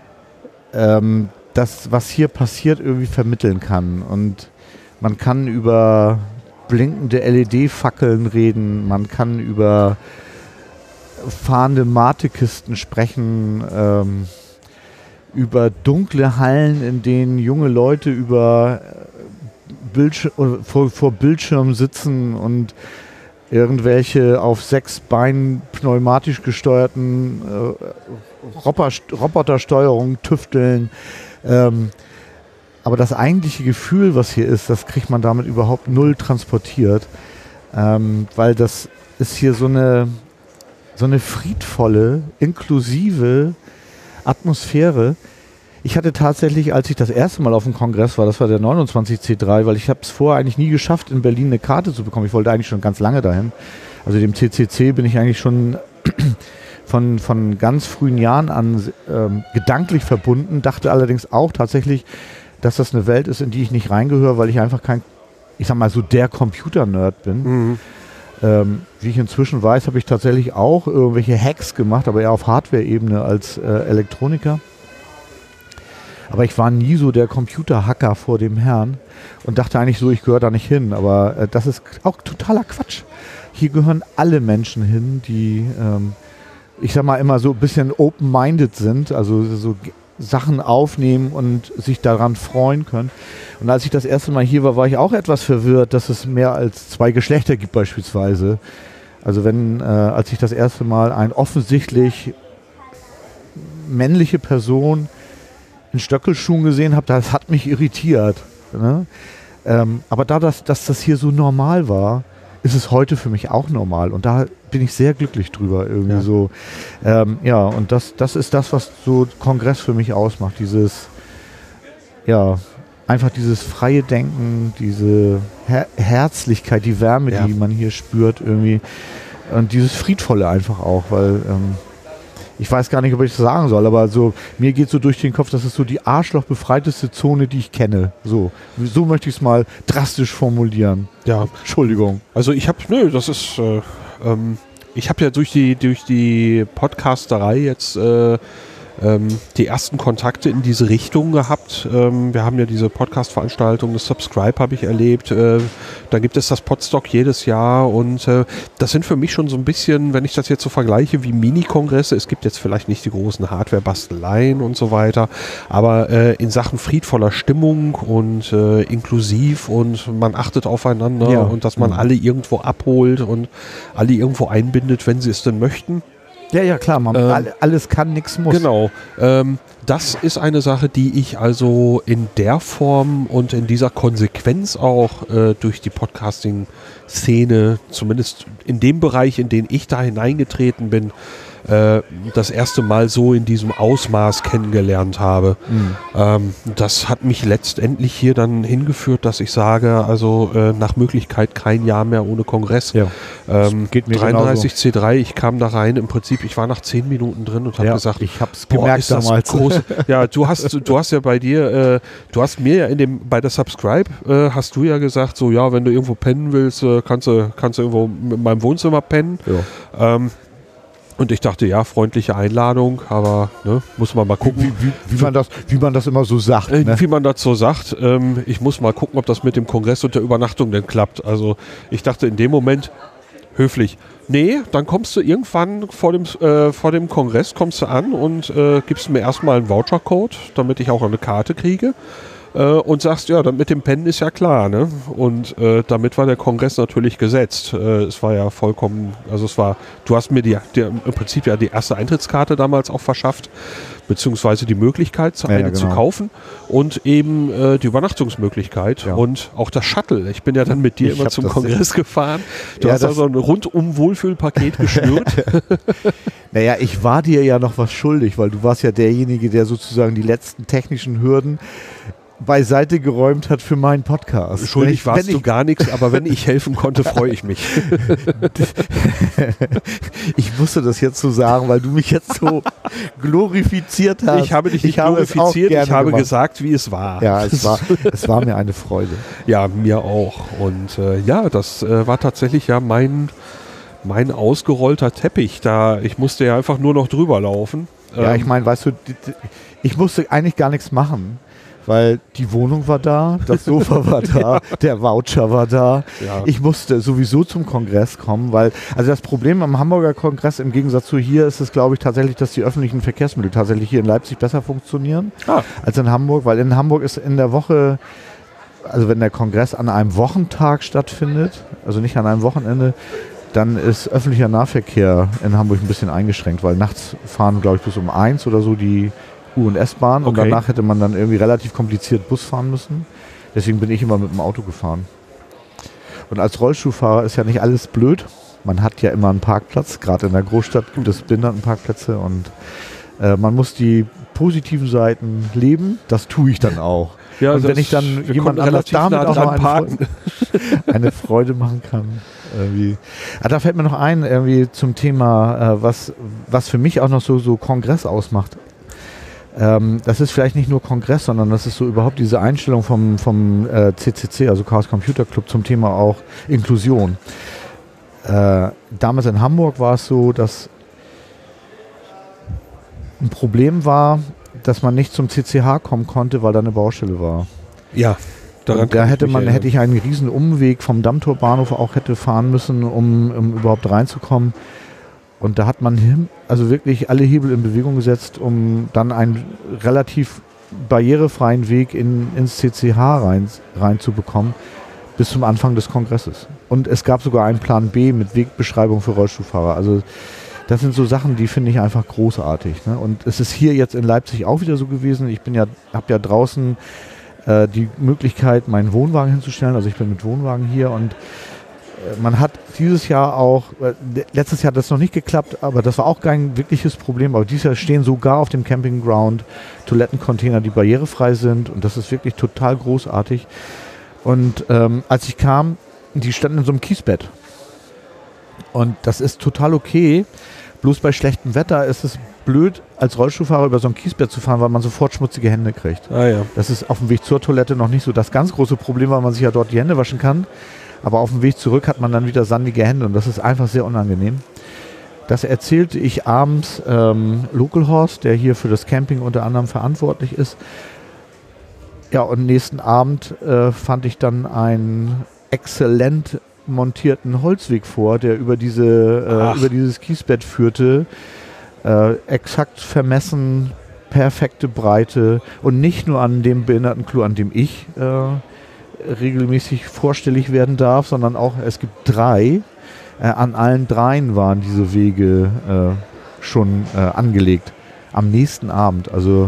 ähm, das, was hier passiert, irgendwie vermitteln kann. Und man kann über blinkende L E D-Fackeln reden, man kann über fahrende Matekisten sprechen, ähm, über dunkle Hallen, in denen junge Leute über Bildsch- oder vor, vor Bildschirmen sitzen und irgendwelche auf sechs Beinen pneumatisch gesteuerten äh, Roboter, Robotersteuerungen tüfteln. Ähm, aber das eigentliche Gefühl, was hier ist, das kriegt man damit überhaupt null transportiert, ähm, weil das ist hier so eine, so eine friedvolle, inklusive Atmosphäre. Ich hatte tatsächlich, als ich das erste Mal auf dem Kongress war, das war der neunundzwanzig C drei, weil ich habe es vorher eigentlich nie geschafft, in Berlin eine Karte zu bekommen. Ich wollte eigentlich schon ganz lange dahin. Also dem C C C bin ich eigentlich schon von, von ganz frühen Jahren an ähm, gedanklich verbunden, dachte allerdings auch tatsächlich, dass das eine Welt ist, in die ich nicht reingehöre, weil ich einfach kein, ich sag mal so der Computer-Nerd bin. Mhm. Ähm, wie ich inzwischen weiß, habe ich tatsächlich auch irgendwelche Hacks gemacht, aber eher auf Hardware-Ebene als äh, Elektroniker. Aber ich war nie so der Computerhacker vor dem Herrn und dachte eigentlich so, ich gehöre da nicht hin. Aber äh, das ist auch totaler Quatsch. Hier gehören alle Menschen hin, die, ähm, ich sag mal, immer so ein bisschen open-minded sind, also so Sachen aufnehmen und sich daran freuen können. Und als ich das erste Mal hier war, war ich auch etwas verwirrt, dass es mehr als zwei Geschlechter gibt beispielsweise. Also wenn, äh, als ich das erste Mal eine offensichtlich männliche Person in Stöckelschuhen gesehen habe, das hat mich irritiert. Ne? Ähm, aber da das, dass das hier so normal war, ist es heute für mich auch normal. Und da bin ich sehr glücklich drüber. Irgendwie ja. so. Ähm, ja, und das, das ist das, was so Kongress für mich ausmacht. Dieses, ja, einfach dieses freie Denken, diese Her- Herzlichkeit, die Wärme, ja. die man hier spürt irgendwie. Und dieses Friedvolle einfach auch, weil ähm, ich weiß gar nicht, ob ich das sagen soll, aber so mir geht so durch den Kopf, das ist so die arschlochbefreiteste Zone, die ich kenne. So, so möchte ich es mal drastisch formulieren. Ja, Entschuldigung. Also ich habe, nö, das ist, äh, ähm, ich habe ja durch die durch die Podcasterei jetzt äh, ähm, die ersten Kontakte in diese Richtung gehabt. Ähm, wir haben ja diese Podcast-Veranstaltung, das Subscribe habe ich erlebt. Äh, da gibt es das Podstock jedes Jahr und äh, das sind für mich schon so ein bisschen, wenn ich das jetzt so vergleiche wie Mini-Kongresse, es gibt jetzt vielleicht nicht die großen Hardware-Basteleien und so weiter, aber äh, in Sachen friedvoller Stimmung und äh, inklusiv und man achtet aufeinander ja. und dass man mhm. alle irgendwo abholt und alle irgendwo einbindet, wenn sie es denn möchten. Ja, ja, klar, man, ähm, alles kann, nichts muss. Genau. Ähm, das ist eine Sache, die ich also in der Form und in dieser Konsequenz auch äh, durch die Podcasting-Szene, zumindest in dem Bereich, in den ich da hineingetreten bin, äh, das erste Mal so in diesem Ausmaß kennengelernt habe. Mhm. Ähm, das hat mich letztendlich hier dann hingeführt, dass ich sage, also äh, nach Möglichkeit kein Jahr mehr ohne Kongress. Ja. Ähm, geht mir dreiunddreißig C drei, ich kam da rein, im Prinzip, ich war nach zehn Minuten drin und habe ja, gesagt, ich hab's gemerkt ist das damals. Groß. Ja, du hast, du hast ja bei dir, äh, du hast mir ja in dem, bei der Subscribe, äh, hast du ja gesagt, so ja, wenn du irgendwo pennen willst, äh, kannst du, kannst du irgendwo in meinem Wohnzimmer pennen. Ja. Ähm, Und ich dachte, ja, freundliche Einladung, aber ne, muss man mal gucken. Wie, wie, wie, man, das, wie man das immer so sagt. Äh, ne? Wie man das so sagt. Ähm, ich muss mal gucken, ob das mit dem Kongress und der Übernachtung denn klappt. Also ich dachte in dem Moment, höflich, nee, dann kommst du irgendwann vor dem, äh, vor dem Kongress, kommst du an und äh, gibst mir erstmal einen Vouchercode, damit ich auch eine Karte kriege. Und sagst, ja, mit dem Pennen ist ja klar, ne? Und äh, damit war der Kongress natürlich gesetzt. Äh, es war ja vollkommen, also es war, du hast mir die, die, im Prinzip ja die erste Eintrittskarte damals auch verschafft, beziehungsweise die Möglichkeit, eine ja, genau. zu kaufen und eben äh, die Übernachtungsmöglichkeit ja. und auch das Shuttle. Ich bin ja dann mit dir ich immer zum Kongress sehen. gefahren. Du ja, hast also ein rundum Wohlfühlpaket geschnürt. Naja, ich war dir ja noch was schuldig, weil du warst ja derjenige, der sozusagen die letzten technischen Hürden beiseite geräumt hat für meinen Podcast. Schuldig ich, warst du ich, gar nichts, aber wenn ich helfen konnte, freue ich mich. Ich musste das jetzt so sagen, weil du mich jetzt so glorifiziert hast. Ich habe dich nicht ich glorifiziert, habe ich habe gemacht. gesagt, wie es war. Ja, es war, es war mir eine Freude. Ja, mir auch. Und äh, ja, das äh, war tatsächlich ja mein, mein ausgerollter Teppich. Da, ich musste ja einfach nur noch drüber laufen. Ja, ähm, ich meine, weißt du, ich musste eigentlich gar nichts machen. Weil die Wohnung war da, das Sofa war da, der Voucher war da. Ja. Ich musste sowieso zum Kongress kommen, weil, also das Problem am Hamburger Kongress im Gegensatz zu hier ist es, glaube ich, tatsächlich, dass die öffentlichen Verkehrsmittel tatsächlich hier in Leipzig besser funktionieren ah. als in Hamburg, weil in Hamburg ist in der Woche, also wenn der Kongress an einem Wochentag stattfindet, also nicht an einem Wochenende, dann ist öffentlicher Nahverkehr in Hamburg ein bisschen eingeschränkt, weil nachts fahren, glaube ich, bis um eins oder so die U- und S-Bahn okay. und danach hätte man dann irgendwie relativ kompliziert Bus fahren müssen. Deswegen bin ich immer mit dem Auto gefahren. Und als Rollstuhlfahrer ist ja nicht alles blöd. Man hat ja immer einen Parkplatz. Gerade in der Großstadt gibt es Behindertenparkplätze und äh, man muss die positiven Seiten leben. Das tue ich dann auch. Ja, und wenn ich dann jemand anders damit auch noch eine Freude, eine Freude machen kann. Irgendwie. Ah, da fällt mir noch ein, irgendwie zum Thema, äh, was, was für mich auch noch so, so Kongress ausmacht. Ähm, das ist vielleicht nicht nur Kongress, sondern das ist so überhaupt diese Einstellung vom, vom äh, C C C, also Chaos Computer Club, zum Thema auch Inklusion. Äh, damals in Hamburg war es so, dass ein Problem war, dass man nicht zum C C H kommen konnte, weil da eine Baustelle war. Ja. Daran da hätte man, hätte ich einen riesen Umweg vom Dammtorbahnhof auch hätte fahren müssen, um, um überhaupt reinzukommen. Und da hat man hin, also wirklich alle Hebel in Bewegung gesetzt, um dann einen relativ barrierefreien Weg in, ins C C H rein, reinzubekommen, bis zum Anfang des Kongresses. Und es gab sogar einen Plan B mit Wegbeschreibung für Rollstuhlfahrer. Also das sind so Sachen, die finde ich einfach großartig. Ne? Und es ist hier jetzt in Leipzig auch wieder so gewesen. Ich bin ja, habe ja draußen äh, die Möglichkeit, meinen Wohnwagen hinzustellen. Also ich bin mit Wohnwagen hier und äh, man hat dieses Jahr auch, äh, letztes Jahr hat das noch nicht geklappt, aber das war auch kein wirkliches Problem. Aber dieses Jahr stehen sogar auf dem Campingground Toilettencontainer, die barrierefrei sind und das ist wirklich total großartig. Und ähm, als ich kam, die standen in so einem Kiesbett. Und das ist total okay. Bloß bei schlechtem Wetter ist es blöd, als Rollstuhlfahrer über so ein Kiesbett zu fahren, weil man sofort schmutzige Hände kriegt. Ah, ja. Das ist auf dem Weg zur Toilette noch nicht so das ganz große Problem, weil man sich ja dort die Hände waschen kann. Aber auf dem Weg zurück hat man dann wieder sandige Hände und das ist einfach sehr unangenehm. Das erzählte ich abends ähm, Localhorst, der hier für das Camping unter anderem verantwortlich ist. Ja, und nächsten Abend äh, fand ich dann einen exzellent montierten Holzweg vor, der über, diese, äh, über dieses Kiesbett führte. Äh, exakt vermessen, perfekte Breite und nicht nur an dem Behindertenklo, an dem ich äh, regelmäßig vorstellig werden darf, sondern auch, es gibt drei. Äh, an allen dreien waren diese Wege äh, schon äh, angelegt. Am nächsten Abend. Also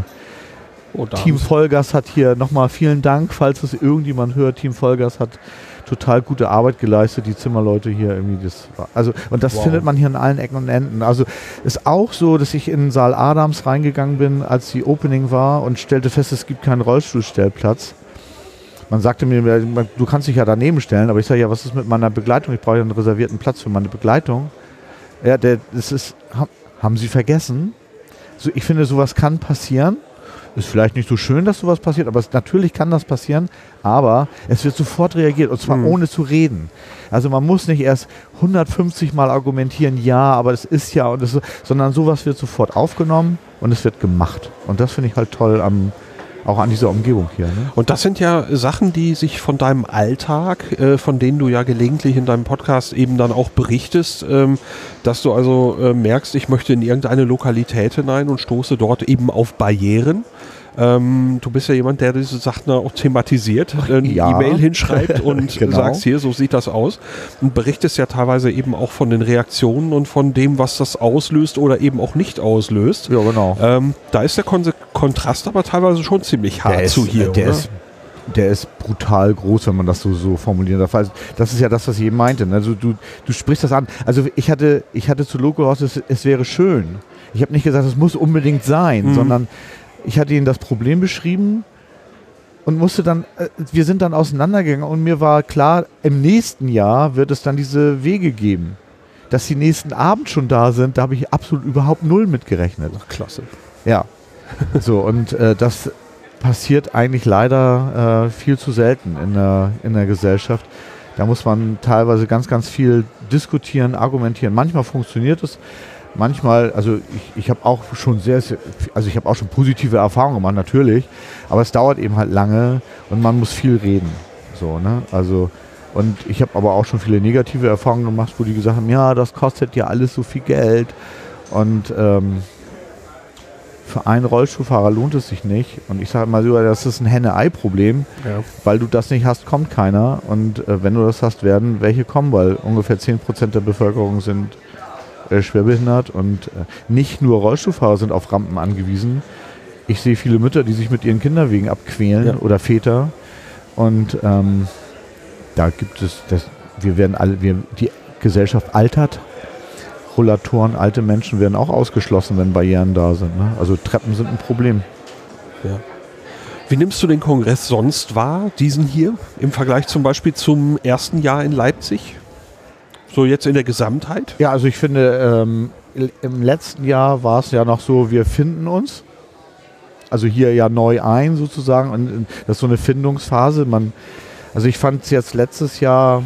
oh, Team Vollgas hat hier nochmal vielen Dank, falls es irgendjemand hört. Team Vollgas hat total gute Arbeit geleistet, die Zimmerleute hier irgendwie. Das war, also, und das wow. findet man hier an allen Ecken und Enden. Also ist auch so, dass ich in den Saal Adams reingegangen bin, als die Opening war und stellte fest, es gibt keinen Rollstuhlstellplatz. Man sagte mir, du kannst dich ja daneben stellen, aber ich sage, ja, was ist mit meiner Begleitung? Ich brauche ja einen reservierten Platz für meine Begleitung. Ja, der, das ist, haben Sie vergessen? So, ich finde, sowas kann passieren. Ist vielleicht nicht so schön, dass sowas passiert, aber es, natürlich kann das passieren, aber es wird sofort reagiert und zwar mhm. ohne zu reden. Also man muss nicht erst hundertfünfzig Mal argumentieren, ja, aber es ist ja, und das, sondern sowas wird sofort aufgenommen und es wird gemacht. Und das finde ich halt toll am auch an dieser Umgebung hier. Ne? Und das sind ja Sachen, die sich von deinem Alltag, äh, von denen du ja gelegentlich in deinem Podcast eben dann auch berichtest, ähm, dass du also äh, merkst, ich möchte in irgendeine Lokalität hinein und stoße dort eben auf Barrieren. Ähm, du bist ja jemand, der diese Sachen auch thematisiert, eine ja. E-Mail hinschreibt und genau. sagst, hier, so sieht das aus. Und berichtest ja teilweise eben auch von den Reaktionen und von dem, was das auslöst oder eben auch nicht auslöst. Ja, genau. Ähm, da ist der Kon- Kontrast aber teilweise schon ziemlich hart der zu ist, hier, der oder? Ist, der ist brutal groß, wenn man das so, so formulieren darf. Also das ist ja das, was ich eben meinte. Also du, du sprichst das an. Also ich hatte, ich hatte zu Localhorst, es, es wäre schön. Ich habe nicht gesagt, es muss unbedingt sein, mhm. sondern ich hatte ihnen das Problem beschrieben und musste dann, äh, wir sind dann auseinandergegangen und mir war klar, im nächsten Jahr wird es dann diese Wege geben. Dass die nächsten Abend schon da sind, da habe ich absolut überhaupt null mitgerechnet. Ach, klasse. Ja, so und äh, das passiert eigentlich leider äh, viel zu selten in der, in der Gesellschaft. Da muss man teilweise ganz, ganz viel diskutieren, argumentieren. Manchmal funktioniert es. Manchmal, also ich, ich habe auch schon sehr, also ich habe auch schon positive Erfahrungen gemacht, natürlich, aber es dauert eben halt lange und man muss viel reden. So, ne? Also, und ich habe aber auch schon viele negative Erfahrungen gemacht, wo die gesagt haben, ja, das kostet ja alles so viel Geld und ähm, für einen Rollstuhlfahrer lohnt es sich nicht. Und ich sage mal so, das ist ein Henne-Ei-Problem, ja. weil du das nicht hast, kommt keiner. Und äh, wenn du das hast, werden welche kommen, weil ungefähr zehn Prozent der Bevölkerung sind schwerbehindert und äh, nicht nur Rollstuhlfahrer sind auf Rampen angewiesen. Ich sehe viele Mütter, die sich mit ihren Kinderwegen abquälen ja. oder Väter und ähm, da gibt es, das, wir werden alle, wir, die Gesellschaft altert, Rollatoren, alte Menschen werden auch ausgeschlossen, wenn Barrieren da sind. Ne? Also Treppen sind ein Problem. Ja. Wie nimmst du den Kongress sonst wahr, diesen hier, im Vergleich zum Beispiel zum ersten Jahr in Leipzig? So jetzt in der Gesamtheit? Ja, also ich finde, ähm, im letzten Jahr war es ja noch so, wir finden uns. Also hier ja neu ein sozusagen. Und das ist so eine Findungsphase. Man, also ich fand es jetzt letztes Jahr,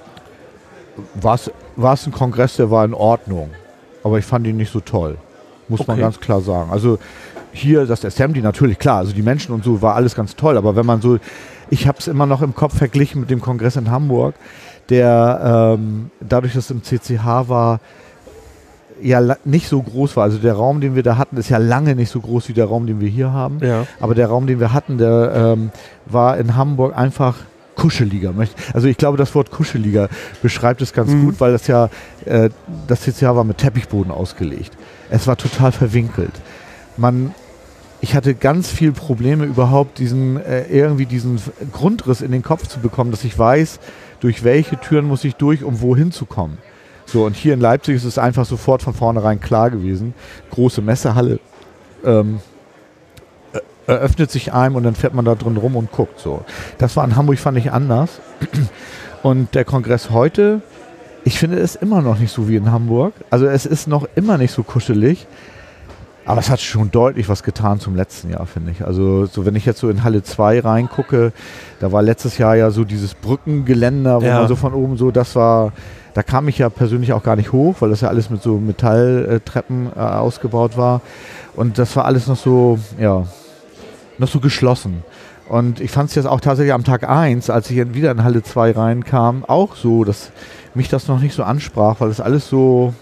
war es ein Kongress, der war in Ordnung. Aber ich fand ihn nicht so toll. muss Okay. man ganz klar sagen. Also hier das Assembly natürlich, klar, also die Menschen und so war alles ganz toll, aber wenn man so, ich habe es immer noch im Kopf verglichen mit dem Kongress in Hamburg, der ähm, dadurch, dass es im C C H war, ja la- nicht so groß war. Also der Raum, den wir da hatten, ist ja lange nicht so groß wie der Raum, den wir hier haben. Ja. Aber der Raum, den wir hatten, der ähm, war in Hamburg einfach kuscheliger. Also ich glaube, das Wort kuscheliger beschreibt es ganz Mhm. gut, weil das ja, äh, das C C H war mit Teppichboden ausgelegt. Es war total verwinkelt. Man, ich hatte ganz viel Probleme überhaupt, diesen, äh, irgendwie diesen Grundriss in den Kopf zu bekommen, dass ich weiß, durch welche Türen muss ich durch, um wohin zu kommen. So, und hier in Leipzig ist es einfach sofort von vornherein klar gewesen. Große Messehalle, ähm, eröffnet sich einem und dann fährt man da drin rum und guckt so. Das war in Hamburg, fand ich, anders. Und der Kongress heute, ich finde es immer noch nicht so wie in Hamburg. Also es ist noch immer nicht so kuschelig. Aber es hat schon deutlich was getan zum letzten Jahr, finde ich. Also so, wenn ich jetzt so in Halle zwei reingucke, da war letztes Jahr ja so dieses Brückengeländer, wo Ja. man so von oben so, das war, da kam ich ja persönlich auch gar nicht hoch, weil das ja alles mit so Metalltreppen äh, ausgebaut war. Und das war alles noch so, ja, noch so geschlossen. Und ich fand es jetzt auch tatsächlich am Tag eins, als ich wieder in Halle zwei reinkam, auch so, dass mich das noch nicht so ansprach, weil das alles so...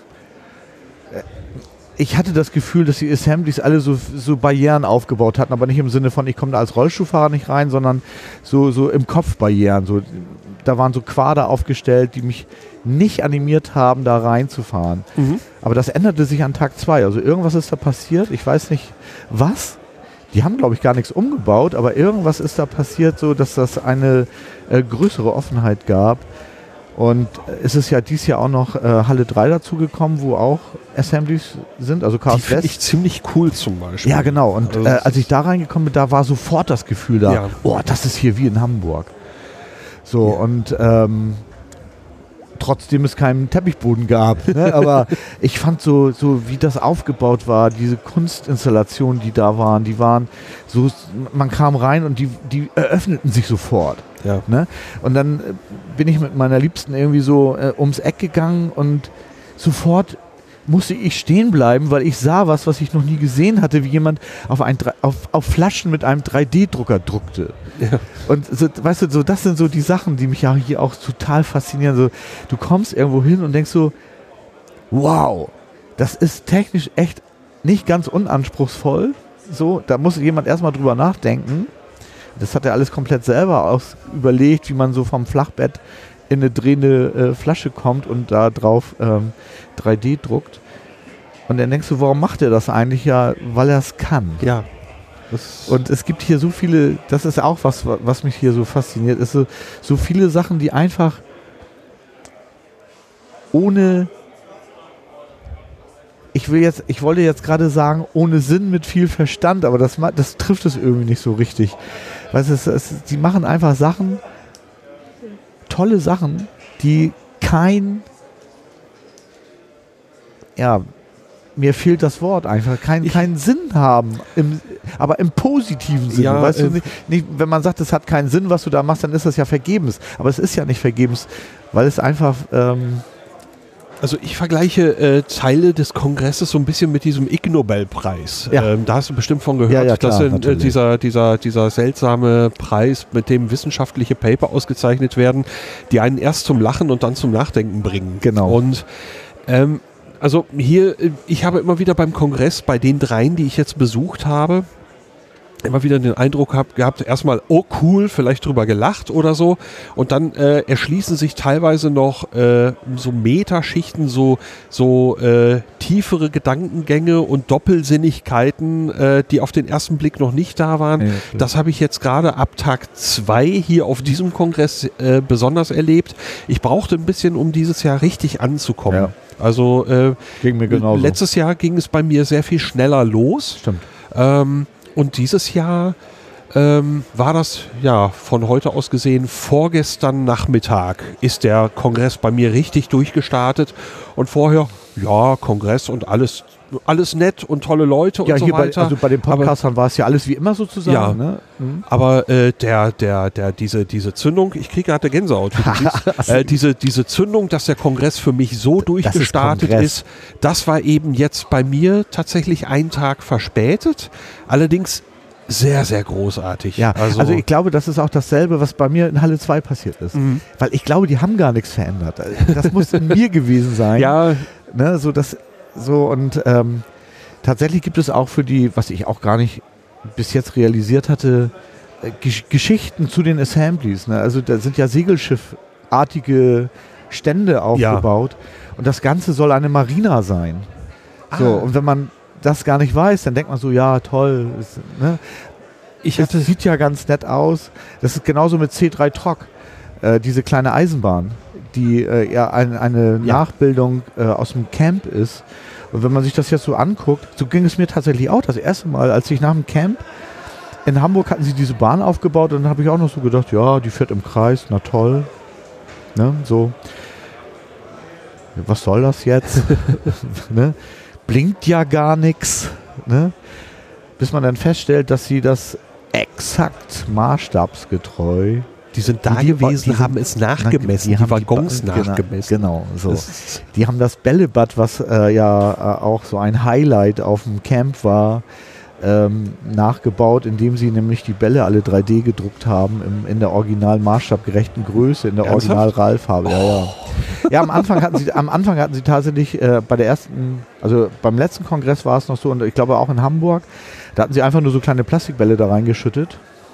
Ich hatte das Gefühl, dass die Assemblies alle so, so Barrieren aufgebaut hatten, aber nicht im Sinne von, ich komme da als Rollstuhlfahrer nicht rein, sondern so, so im Kopf Barrieren. So, da waren so Quader aufgestellt, die mich nicht animiert haben, da reinzufahren. Mhm. Aber das änderte sich an Tag zwei. Also irgendwas ist da passiert, ich weiß nicht was. Die haben, glaube ich, gar nichts umgebaut, aber irgendwas ist da passiert, so dass das eine äh, größere Offenheit gab. Und es ist ja dieses Jahr auch noch äh, Halle drei dazugekommen, wo auch Assemblies sind, also Die Chaos finde West. ich ziemlich cool zum Beispiel. Ja, genau. Und Also äh, das als ich ist- da reingekommen bin, da war sofort das Gefühl da, Ja. oh, das ist hier wie in Hamburg. So, Ja. und ähm, trotzdem es keinen Teppichboden gab. Ne? Aber ich fand so, so, wie das aufgebaut war, diese Kunstinstallationen, die da waren, die waren so, man kam rein und die, die eröffneten sich sofort. Ja. Ne? Und dann äh, bin ich mit meiner Liebsten irgendwie so äh, ums Eck gegangen und sofort musste ich stehen bleiben, weil ich sah was, was ich noch nie gesehen hatte, wie jemand auf, ein, Dre- auf, auf Flaschen mit einem drei D Drucker druckte. Ja. Und so, weißt du, so, das sind so die Sachen, die mich ja hier auch total faszinieren. So, du kommst irgendwo hin und denkst so, wow, das ist technisch echt nicht ganz unanspruchsvoll. So, da muss jemand erstmal drüber nachdenken. Das hat er alles komplett selber aus überlegt, wie man so vom Flachbett in eine drehende äh, Flasche kommt und da drauf ähm, drei D druckt. Und dann denkst du, warum macht er das eigentlich? Ja, weil er es kann. Ja. Das Und es gibt hier so viele, das ist auch was, was mich hier so fasziniert, ist so, so viele Sachen, die einfach ohne, ich will jetzt, ich wollte jetzt gerade sagen, ohne Sinn mit viel Verstand, aber das, ma- das trifft es irgendwie nicht so richtig. Weißt du, es, es, die machen einfach Sachen, tolle Sachen, die kein, ja, mir fehlt das Wort einfach, kein, Ich- keinen Sinn haben, im, aber im positiven Sinne. Ja, weißt äh, du, nicht, nicht, wenn man sagt, es hat keinen Sinn, was du da machst, dann ist das ja vergebens. Aber es ist ja nicht vergebens, weil es einfach, ähm, Also ich vergleiche äh, Teile des Kongresses so ein bisschen mit diesem Ig Nobelpreis. Ja. Ähm, da hast du bestimmt von gehört. Ja, ja, klar, das sind äh, natürlich. dieser, dieser, dieser seltsame Preis, mit dem wissenschaftliche Paper ausgezeichnet werden, die einen erst zum Lachen und dann zum Nachdenken bringen. Genau. Und ähm, also hier, äh, ich habe immer wieder beim Kongress, bei den dreien, die ich jetzt besucht habe, immer wieder den Eindruck hab, gehabt, erstmal, oh cool, vielleicht drüber gelacht oder so. Und dann äh, erschließen sich teilweise noch äh, so Metaschichten, so, so äh, tiefere Gedankengänge und Doppelsinnigkeiten, äh, die auf den ersten Blick noch nicht da waren. Ja, klar. Das habe ich jetzt gerade ab Tag zwei hier auf diesem Kongress äh, besonders erlebt. Ich brauchte ein bisschen, um dieses Jahr richtig anzukommen. Ja. Also äh, ging mir genauso. letztes Jahr ging es bei mir sehr viel schneller los. Stimmt. Ähm, und dieses Jahr ähm, war das, ja, von heute aus gesehen, vorgestern Nachmittag ist der Kongress bei mir richtig durchgestartet. Und vorher, ja, Kongress und alles alles nett und tolle Leute Ja, und so hier bei, weiter. also bei den Podcastern war es ja alles wie immer sozusagen. Ja. Ne? Mhm. Aber äh, der, der, der, diese, diese Zündung, ich kriege gerade Gänsehaut, wie du siehst, äh, diese, diese Zündung, dass der Kongress für mich so durchgestartet Kongress. ist, das war eben jetzt bei mir tatsächlich einen Tag verspätet. Allerdings sehr, sehr großartig. Ja, also, also ich glaube, das ist auch dasselbe, was bei mir in Halle zwei passiert ist. Mhm. Weil ich glaube, die haben gar nichts verändert. Das muss in mir gewesen sein. Ja, Ne, so das, so und ähm, tatsächlich gibt es auch für die, was ich auch gar nicht bis jetzt realisiert hatte, äh, Gesch Geschichten zu den Assemblies. Ne? Also da sind ja Segelschiffartige Stände aufgebaut und das Ganze soll eine Marina sein. So, Ah. und wenn man das gar nicht weiß, dann denkt man so, ja toll, ist, ne? ich Es hatte, sieht ja ganz nett aus. Das ist genauso mit C drei Trock, äh, diese kleine Eisenbahn, die äh, ja ein, eine Ja. Nachbildung äh, aus dem Camp ist. Und wenn man sich das jetzt so anguckt, so ging es mir tatsächlich auch das erste Mal, als ich nach dem Camp in Hamburg hatten sie diese Bahn aufgebaut und dann habe ich auch noch so gedacht, ja, die fährt im Kreis, na toll. Ne, so. Was soll das jetzt? Ne? Blinkt ja gar nichts. Ne? Bis man dann feststellt, dass sie das exakt maßstabsgetreu. die sind da Die- gewesen, die sind- haben es nachgemessen, die, haben Waggons Ba- nachgemessen. Genau, genau so. Das ist, Die haben das Bällebad, was äh, ja äh, auch so ein Highlight auf dem Camp war, ähm, nachgebaut, indem sie nämlich die Bälle alle drei D gedruckt haben im, in der original maßstabgerechten Größe, in der Ernsthaft? original RAL-Farbe. Ja, ja. Ja, am Anfang hatten sie, am Anfang hatten sie tatsächlich äh, bei der ersten, also beim letzten Kongress war es noch so und ich glaube auch in Hamburg, da hatten sie einfach nur so kleine Plastikbälle da reingeschüttet,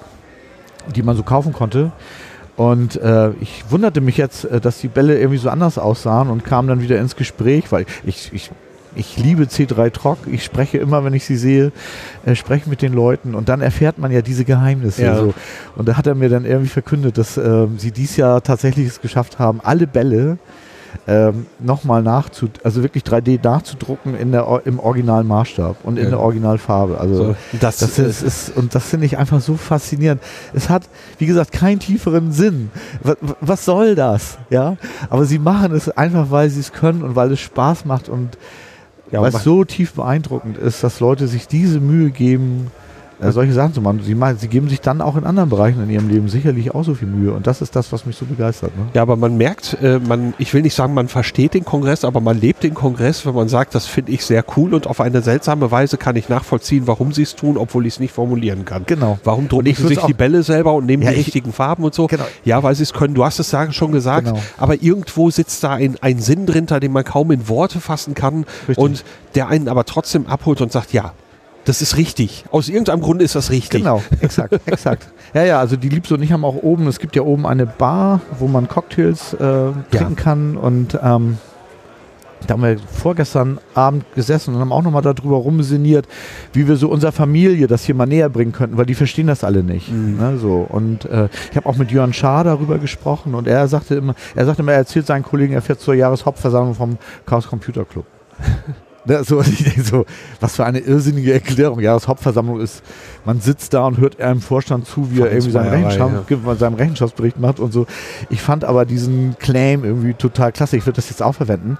die man so kaufen konnte. Und äh, ich wunderte mich jetzt, äh, dass die Bälle irgendwie so anders aussahen und kam dann wieder ins Gespräch, weil ich, ich, ich liebe C drei Trock. Ich spreche immer, wenn ich sie sehe, äh, spreche mit den Leuten und dann erfährt man ja diese Geheimnisse. Ja. So. Und da hat er mir dann irgendwie verkündet, dass äh, sie dies Jahr tatsächlich es geschafft haben, alle Bälle ähm, nochmal nachzu, also wirklich drei D nachzudrucken in der, im originalen Maßstab und in Ja. der Originalfarbe. Also so, das, das ist, ist, und das finde ich einfach so faszinierend. Es hat, wie gesagt, keinen tieferen Sinn. Was, was soll das? Ja? Aber sie machen es einfach, weil sie es können und weil es Spaß macht und ja, weil mach- es so tief beeindruckend ist, dass Leute sich diese Mühe geben, äh, solche Sachen zu machen. Sie, machen. sie geben sich dann auch in anderen Bereichen in ihrem Leben sicherlich auch so viel Mühe. Und das ist das, was mich so begeistert. Ne? Ja, aber man merkt, äh, man, ich will nicht sagen, man versteht den Kongress, aber man lebt den Kongress, wenn man sagt, das finde ich sehr cool und auf eine seltsame Weise kann ich nachvollziehen, warum sie es tun, obwohl ich es nicht formulieren kann. Genau. Warum Und drucken ich sie würd's sich auch- die Bälle selber und nehmen Ja, die ich- richtigen Farben und so? Genau. Ja, weil sie es können. Du hast es sagen, schon gesagt, Genau. aber irgendwo sitzt da ein, ein Sinn drin, den man kaum in Worte fassen kann Richtig. und der einen aber trotzdem abholt und sagt, ja, das ist richtig. Aus irgendeinem Grund ist das richtig. Genau, exakt, exakt. Ja, ja, also die Liebs und ich haben auch oben, es gibt ja oben eine Bar, wo man Cocktails äh, trinken kann und ähm, da haben wir vorgestern Abend gesessen und haben auch nochmal darüber rumsinniert, wie wir so unserer Familie das hier mal näher bringen könnten, weil die verstehen das alle nicht. Mhm. Ne, so. Und äh, ich habe auch mit Jörn Schaar darüber gesprochen und er sagte immer, er sagte immer, er erzählt seinen Kollegen, er fährt zur Jahreshauptversammlung vom Chaos Computer Club. Ne, so, und ich denke so, was für eine irrsinnige Erklärung. Jahreshauptversammlung ist, man sitzt da und hört einem Vorstand zu, wie er irgendwie seinen, Vereinsmeierei, Rechenschafts seinen Rechenschaftsbericht macht und so. Ich fand aber diesen Claim irgendwie total klasse. Ich würde das jetzt auch verwenden.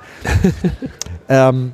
ähm,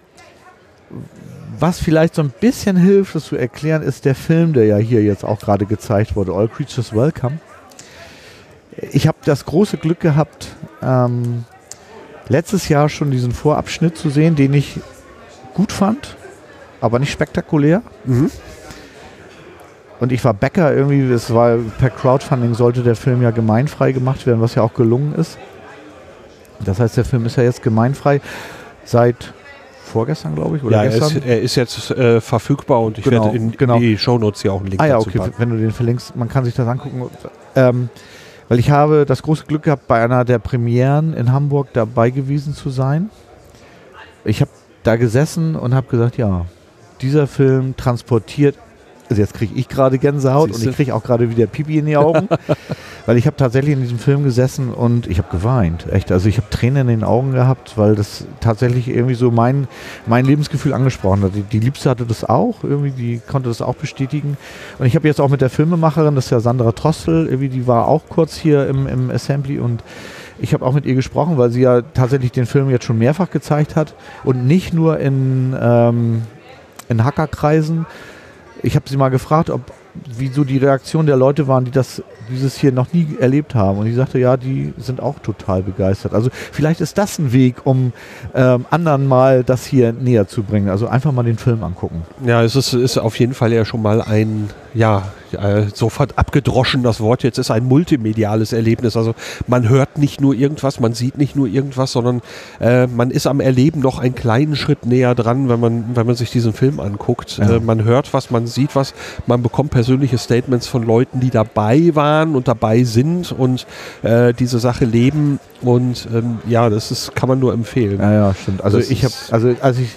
was vielleicht so ein bisschen hilft, das zu erklären, ist der Film, der ja hier jetzt auch gerade gezeigt wurde, All Creatures Welcome. Ich habe das große Glück gehabt, ähm, letztes Jahr schon diesen Vorabschnitt zu sehen, den ich gut fand, aber nicht spektakulär. Mhm. Und ich war Bäcker irgendwie, es war per Crowdfunding sollte der Film ja gemeinfrei gemacht werden, was ja auch gelungen ist. Das heißt, der Film ist ja jetzt gemeinfrei seit vorgestern, glaube ich, oder Ja, er gestern. ist, er ist jetzt äh, verfügbar und ich Genau, werde in genau. die Shownotes hier auch einen Link Ah ja, dazu okay, packen. wenn du den verlinkst, man kann sich das angucken. Ähm, weil ich habe das große Glück gehabt, bei einer der Premieren in Hamburg dabei gewesen zu sein. Ich habe da gesessen und habe gesagt, ja, dieser Film transportiert also jetzt kriege ich gerade Gänsehaut Siehste? und ich kriege auch gerade wieder Pipi in die Augen, weil ich habe tatsächlich in diesem Film gesessen und ich habe geweint, echt. Also ich habe Tränen in den Augen gehabt, weil das tatsächlich irgendwie so mein, mein Lebensgefühl angesprochen hat. Die, die Liebste hatte das auch, irgendwie, die konnte das auch bestätigen. Und ich habe jetzt auch mit der Filmemacherin, das ist ja Sandra Trostel, irgendwie, die war auch kurz hier im, im Assembly und ich habe auch mit ihr gesprochen, weil sie ja tatsächlich den Film jetzt schon mehrfach gezeigt hat und nicht nur in, ähm, in Hackerkreisen. Ich habe sie mal gefragt, ob wie so die Reaktion der Leute waren, die das dieses hier noch nie erlebt haben. Und die sagte, ja, die sind auch total begeistert. Also vielleicht ist das ein Weg, um ähm, anderen mal das hier näher zu bringen. Also einfach mal den Film angucken. Ja, es ist, ist auf jeden Fall ja schon mal ein, ja, äh, sofort abgedroschen das Wort jetzt, ist ein multimediales Erlebnis. Also man hört nicht nur irgendwas, man sieht nicht nur irgendwas, sondern äh, man ist am Erleben noch einen kleinen Schritt näher dran, wenn man, wenn man sich diesen Film anguckt. Ja. Äh, man hört was, man sieht was, man bekommt persönliche Statements von Leuten, die dabei waren und dabei sind und äh, diese Sache leben und ähm, ja, das ist, kann man nur empfehlen. Ja, ja, stimmt. Also Das ich habe, also als ich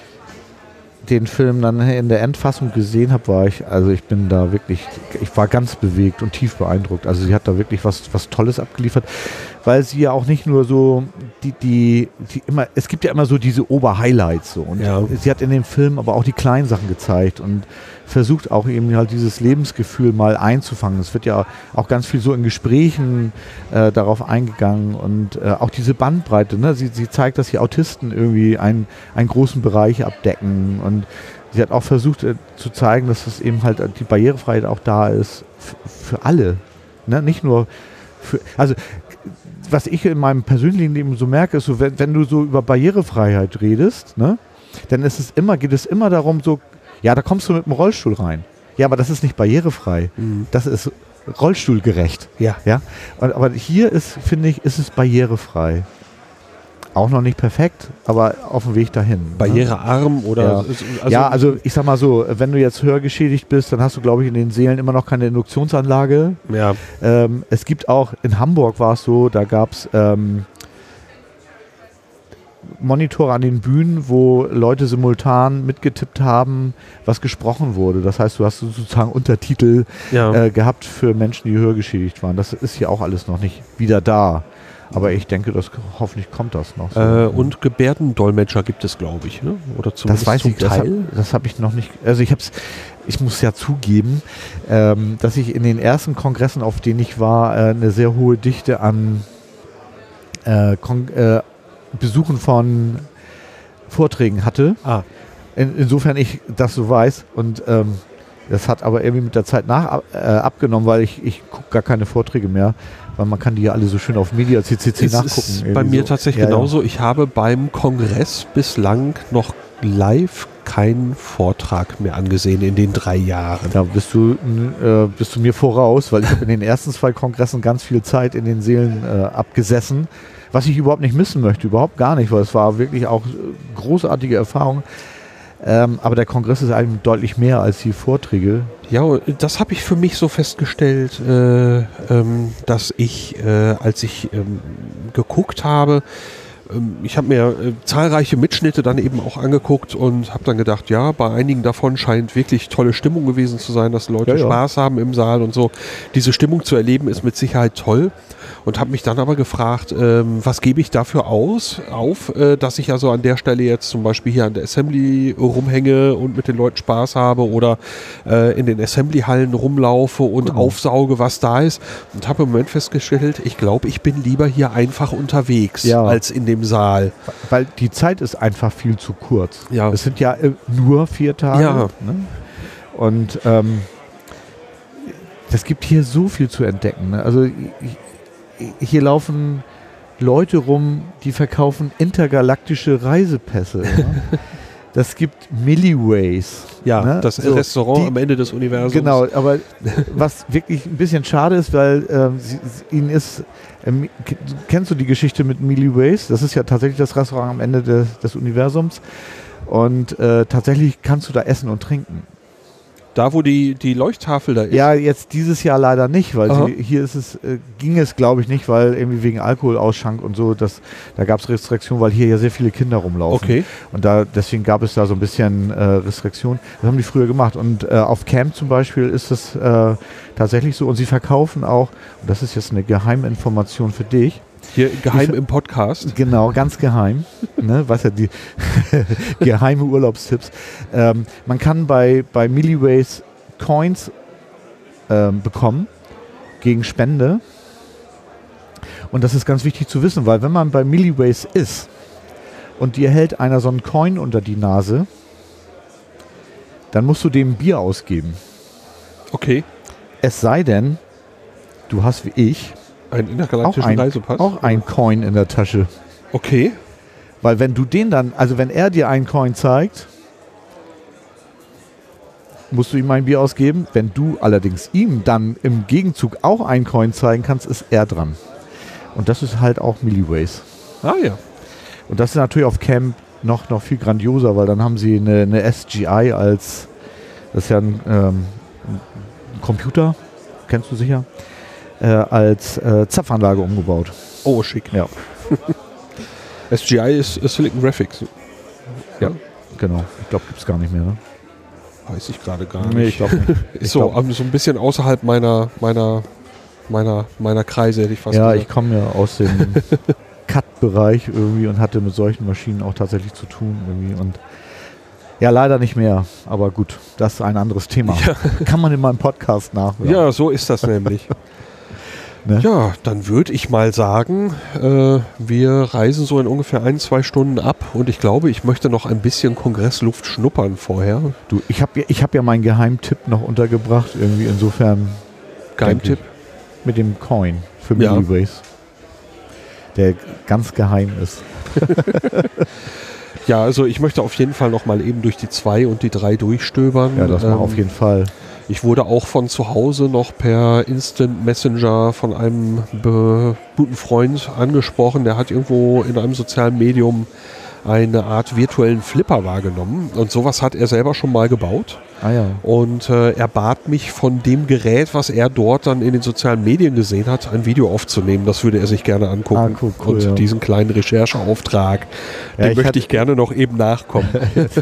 den Film dann in der Endfassung gesehen habe, war ich, also ich bin da wirklich, ich war ganz bewegt und tief beeindruckt. Also sie hat da wirklich was, was Tolles abgeliefert, weil sie ja auch nicht nur so die, die, die immer, es gibt ja immer so diese Oberhighlights so und Ja. sie hat in dem Film aber auch die kleinen Sachen gezeigt und versucht auch eben halt dieses Lebensgefühl mal einzufangen. Es wird ja auch ganz viel so in Gesprächen äh, darauf eingegangen und äh, auch diese Bandbreite, ne? sie, sie zeigt, dass die Autisten irgendwie einen, einen großen Bereich abdecken und sie hat auch versucht äh, zu zeigen, dass es eben halt die Barrierefreiheit auch da ist f- für alle, ne? Nicht nur für, also was ich in meinem persönlichen Leben so merke, ist so, wenn, wenn du so über Barrierefreiheit redest, ne? Dann ist es immer, geht es immer darum, so, ja, da kommst du mit dem Rollstuhl rein. Ja, aber das ist nicht barrierefrei. Mhm. Das ist rollstuhlgerecht. Ja. Ja? Und, aber hier ist, finde ich, ist es barrierefrei. Auch noch nicht perfekt, aber auf dem Weg dahin. Barrierearm oder Ja. also, ja, also ich sag mal so, wenn du jetzt hörgeschädigt bist, dann hast du, glaube ich, in den Seelen immer noch keine Induktionsanlage. ja. Ähm, es gibt auch, in Hamburg war es so, da gab es ähm, Monitore an den Bühnen, wo Leute simultan mitgetippt haben, was gesprochen wurde. Das heißt, du hast sozusagen Untertitel Ja. äh, gehabt für Menschen, die hörgeschädigt waren. Das ist hier auch alles noch nicht wieder da. Aber ich denke, das, hoffentlich kommt das noch. So. Äh, und Gebärdendolmetscher gibt es, glaube ich, ne? Oder zumindest das weiß zum ich, das, hab, Teil. das habe ich noch nicht. Also ich habe es, ich muss ja zugeben, ähm, dass ich in den ersten Kongressen, auf denen ich war, äh, eine sehr hohe Dichte an äh, Kon- äh, Besuchen von Vorträgen hatte. Ah. In, insofern ich das so weiß. Und ähm, das hat aber irgendwie mit der Zeit nach äh, abgenommen, weil ich, ich gucke gar keine Vorträge mehr, weil man kann die ja alle so schön auf Media C C C Es nachgucken. ist irgendwie bei mir so. tatsächlich Ja, ja. genauso. Ich habe beim Kongress bislang noch live keinen Vortrag mehr angesehen in den drei Jahren. Da bist du, äh, bist du mir voraus, weil ich habe in den ersten zwei Kongressen ganz viel Zeit in den Seelen äh, abgesessen, was ich überhaupt nicht missen möchte, überhaupt gar nicht, weil es war wirklich auch äh, großartige Erfahrung. Ähm, aber der Kongress ist eigentlich deutlich mehr als die Vorträge. Ja, das habe ich für mich so festgestellt, äh, ähm, dass ich, äh, als ich ähm, geguckt habe, ähm, ich habe mir äh, zahlreiche Mitschnitte dann eben auch angeguckt und habe dann gedacht, ja, bei einigen davon scheint wirklich tolle Stimmung gewesen zu sein, dass Leute Ja, ja. Spaß haben im Saal und so. Diese Stimmung zu erleben ist mit Sicherheit toll. Und habe mich dann aber gefragt, ähm, was gebe ich dafür aus, auf, äh, dass ich also an der Stelle jetzt zum Beispiel hier an der Assembly rumhänge und mit den Leuten Spaß habe oder äh, in den Assembly-Hallen rumlaufe und Genau. aufsauge, was da ist. Und habe im Moment festgestellt, ich glaube, ich bin lieber hier einfach unterwegs Ja. als in dem Saal. Weil die Zeit ist einfach viel zu kurz. Ja. Es sind ja äh, nur vier Tage. Ja. Ne? Und ähm, es gibt hier so viel zu entdecken. Ne? Also ich, hier laufen Leute rum, die verkaufen intergalaktische Reisepässe. Ja? Das gibt Milliways. Ja, ne? das So, Restaurant die- am Ende des Universums. Genau, aber was wirklich ein bisschen schade ist, weil ähm, sie, sie, ihnen ist, ähm, k- kennst du die Geschichte mit Milliways? Das ist ja tatsächlich das Restaurant am Ende des, des Universums und äh, tatsächlich kannst du da essen und trinken. Da, wo die, die Leuchttafel da ist? Ja, jetzt dieses Jahr leider nicht, weil Aha. sie, hier ist es, äh, ging es glaube ich nicht, weil irgendwie wegen Alkoholausschank und so, das, da gab es Restriktionen, weil hier ja sehr viele Kinder rumlaufen. Okay. Und da, deswegen gab es da so ein bisschen äh, Restriktionen. Das haben die früher gemacht. Und äh, auf Camp zum Beispiel ist es äh, tatsächlich so. Und sie verkaufen auch, und das ist jetzt eine Geheiminformation für dich. Hier geheim Ich- im Podcast. Genau, ganz geheim. ne, was ja die geheime Urlaubstipps. Ähm, man kann bei, bei Milliways Coins ähm, bekommen gegen Spende. Und das ist ganz wichtig zu wissen, weil wenn man bei Milliways ist und dir hält einer so einen Coin unter die Nase, dann musst du dem Bier ausgeben. Okay. Es sei denn, du hast wie ich Einen auch intergalaktischen ein, Reisepass. auch ein Coin in der Tasche. Okay. Weil wenn du den dann, also wenn er dir einen Coin zeigt, musst du ihm ein Bier ausgeben. Wenn du allerdings ihm dann im Gegenzug auch einen Coin zeigen kannst, ist er dran. Und das ist halt auch Milliways. Ah ja. Und das ist natürlich auf Camp noch, noch viel grandioser, weil dann haben sie eine, eine S G I als, das ist ja ein, ähm, ein Computer, kennst du sicher, äh, als äh, Zapfanlage umgebaut. Oh, schick. Ja. S G I ist, ist Silicon Graphics. Ja. Genau. Ich glaube, gibt es gar nicht mehr. Ne? Weiß ich gerade gar nicht. Nee, ich glaube nicht. Ist Ich so, glaub- aber so ein bisschen außerhalb meiner, meiner, meiner, meiner Kreise, hätte ich fast Ja, ich gesagt. komme ja aus dem Cut-Bereich irgendwie und hatte mit solchen Maschinen auch tatsächlich zu tun irgendwie. Und ja, leider nicht mehr. Aber gut, das ist ein anderes Thema. Ja. Kann man in meinem Podcast nachhören. Ja, so ist das nämlich. Ne? Ja, dann würde ich mal sagen, äh, wir reisen so in ungefähr ein, zwei Stunden ab und ich glaube, ich möchte noch ein bisschen Kongressluft schnuppern vorher. Du, ich habe ja, ich hab ja meinen Geheimtipp noch untergebracht. Irgendwie insofern Geheimtipp. mit dem Coin für Ja. Milliways. Der ganz geheim ist. Ja, also ich möchte auf jeden Fall noch mal eben durch die zwei und die drei durchstöbern. Ja, das war Ähm, auf jeden Fall. Ich wurde auch von zu Hause noch per Instant Messenger von einem be- guten Freund angesprochen. Der hat irgendwo in einem sozialen Medium eine Art virtuellen Flipper wahrgenommen. Und sowas hat er selber schon mal gebaut. Ah ja. Und äh, er bat mich von dem Gerät, was er dort dann in den sozialen Medien gesehen hat, ein Video aufzunehmen. Das würde er sich gerne angucken. Ah, cool, cool, und ja. diesen kleinen Rechercheauftrag, Ja, dem ich möchte hatte- ich gerne noch eben nachkommen.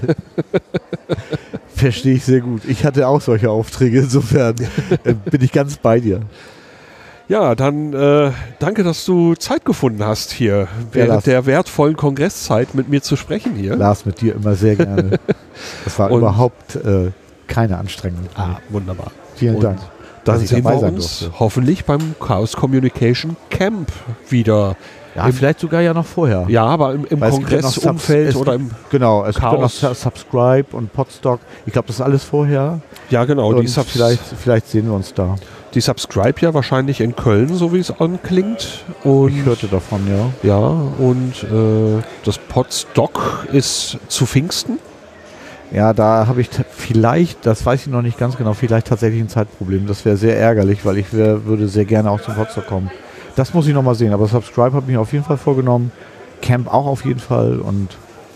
Verstehe ich sehr gut. Ich hatte auch solche Aufträge. Insofern äh, bin ich ganz bei dir. Ja, dann äh, danke, dass du Zeit gefunden hast, hier während Lars. der wertvollen Kongresszeit mit mir zu sprechen hier. Lars, mit dir immer sehr gerne. Das war Und- überhaupt äh, keine Anstrengung. Ah, wunderbar. Vielen Und Dank. Dann dass ich sehen dabei wir sein uns durfte. hoffentlich beim Chaos Communication Camp wieder. Ja, Im- vielleicht sogar ja noch vorher. Ja, aber im, im Weil es gibt noch Subs- Kongressumfeld es oder gibt- im... Genau, es gibt ja noch Chaos. Su- Subscribe und Podstock. Ich glaube, das ist alles vorher. Ja, genau. und Die, Subs vielleicht, vielleicht sehen wir uns da. die Subscribe ja wahrscheinlich in Köln, so wie es anklingt. Und Ich hörte davon, ja. ja, und äh, das Podstock ist zu Pfingsten. Ja, da habe ich t- vielleicht, das weiß ich noch nicht ganz genau, vielleicht tatsächlich ein Zeitproblem. Das wäre sehr ärgerlich, weil ich wär, würde sehr gerne auch zum Podstock kommen. Das muss ich nochmal sehen. Aber Subscribe habe ich mir auf jeden Fall vorgenommen. Camp auch auf jeden Fall. Und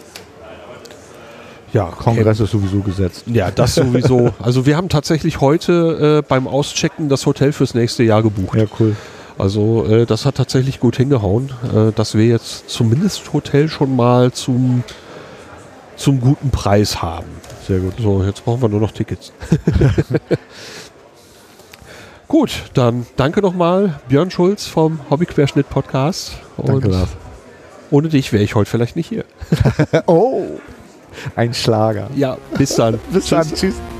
Ja, Kongress ist sowieso gesetzt. Ja, das sowieso. Also wir haben tatsächlich heute äh, beim Auschecken das Hotel fürs nächste Jahr gebucht. Ja, cool. Also äh, das hat tatsächlich gut hingehauen, äh, dass wir jetzt zumindest Hotel schon mal zum, zum guten Preis haben. Sehr gut. So, jetzt brauchen wir nur noch Tickets. Gut, dann danke nochmal Björn Schulz vom Hobbyquerschnitt Podcast. Danke, Und Lars. ohne dich wäre ich heute vielleicht nicht hier. Oh, ein Schlager. Ja, bis dann. Bis dann. Tschüss.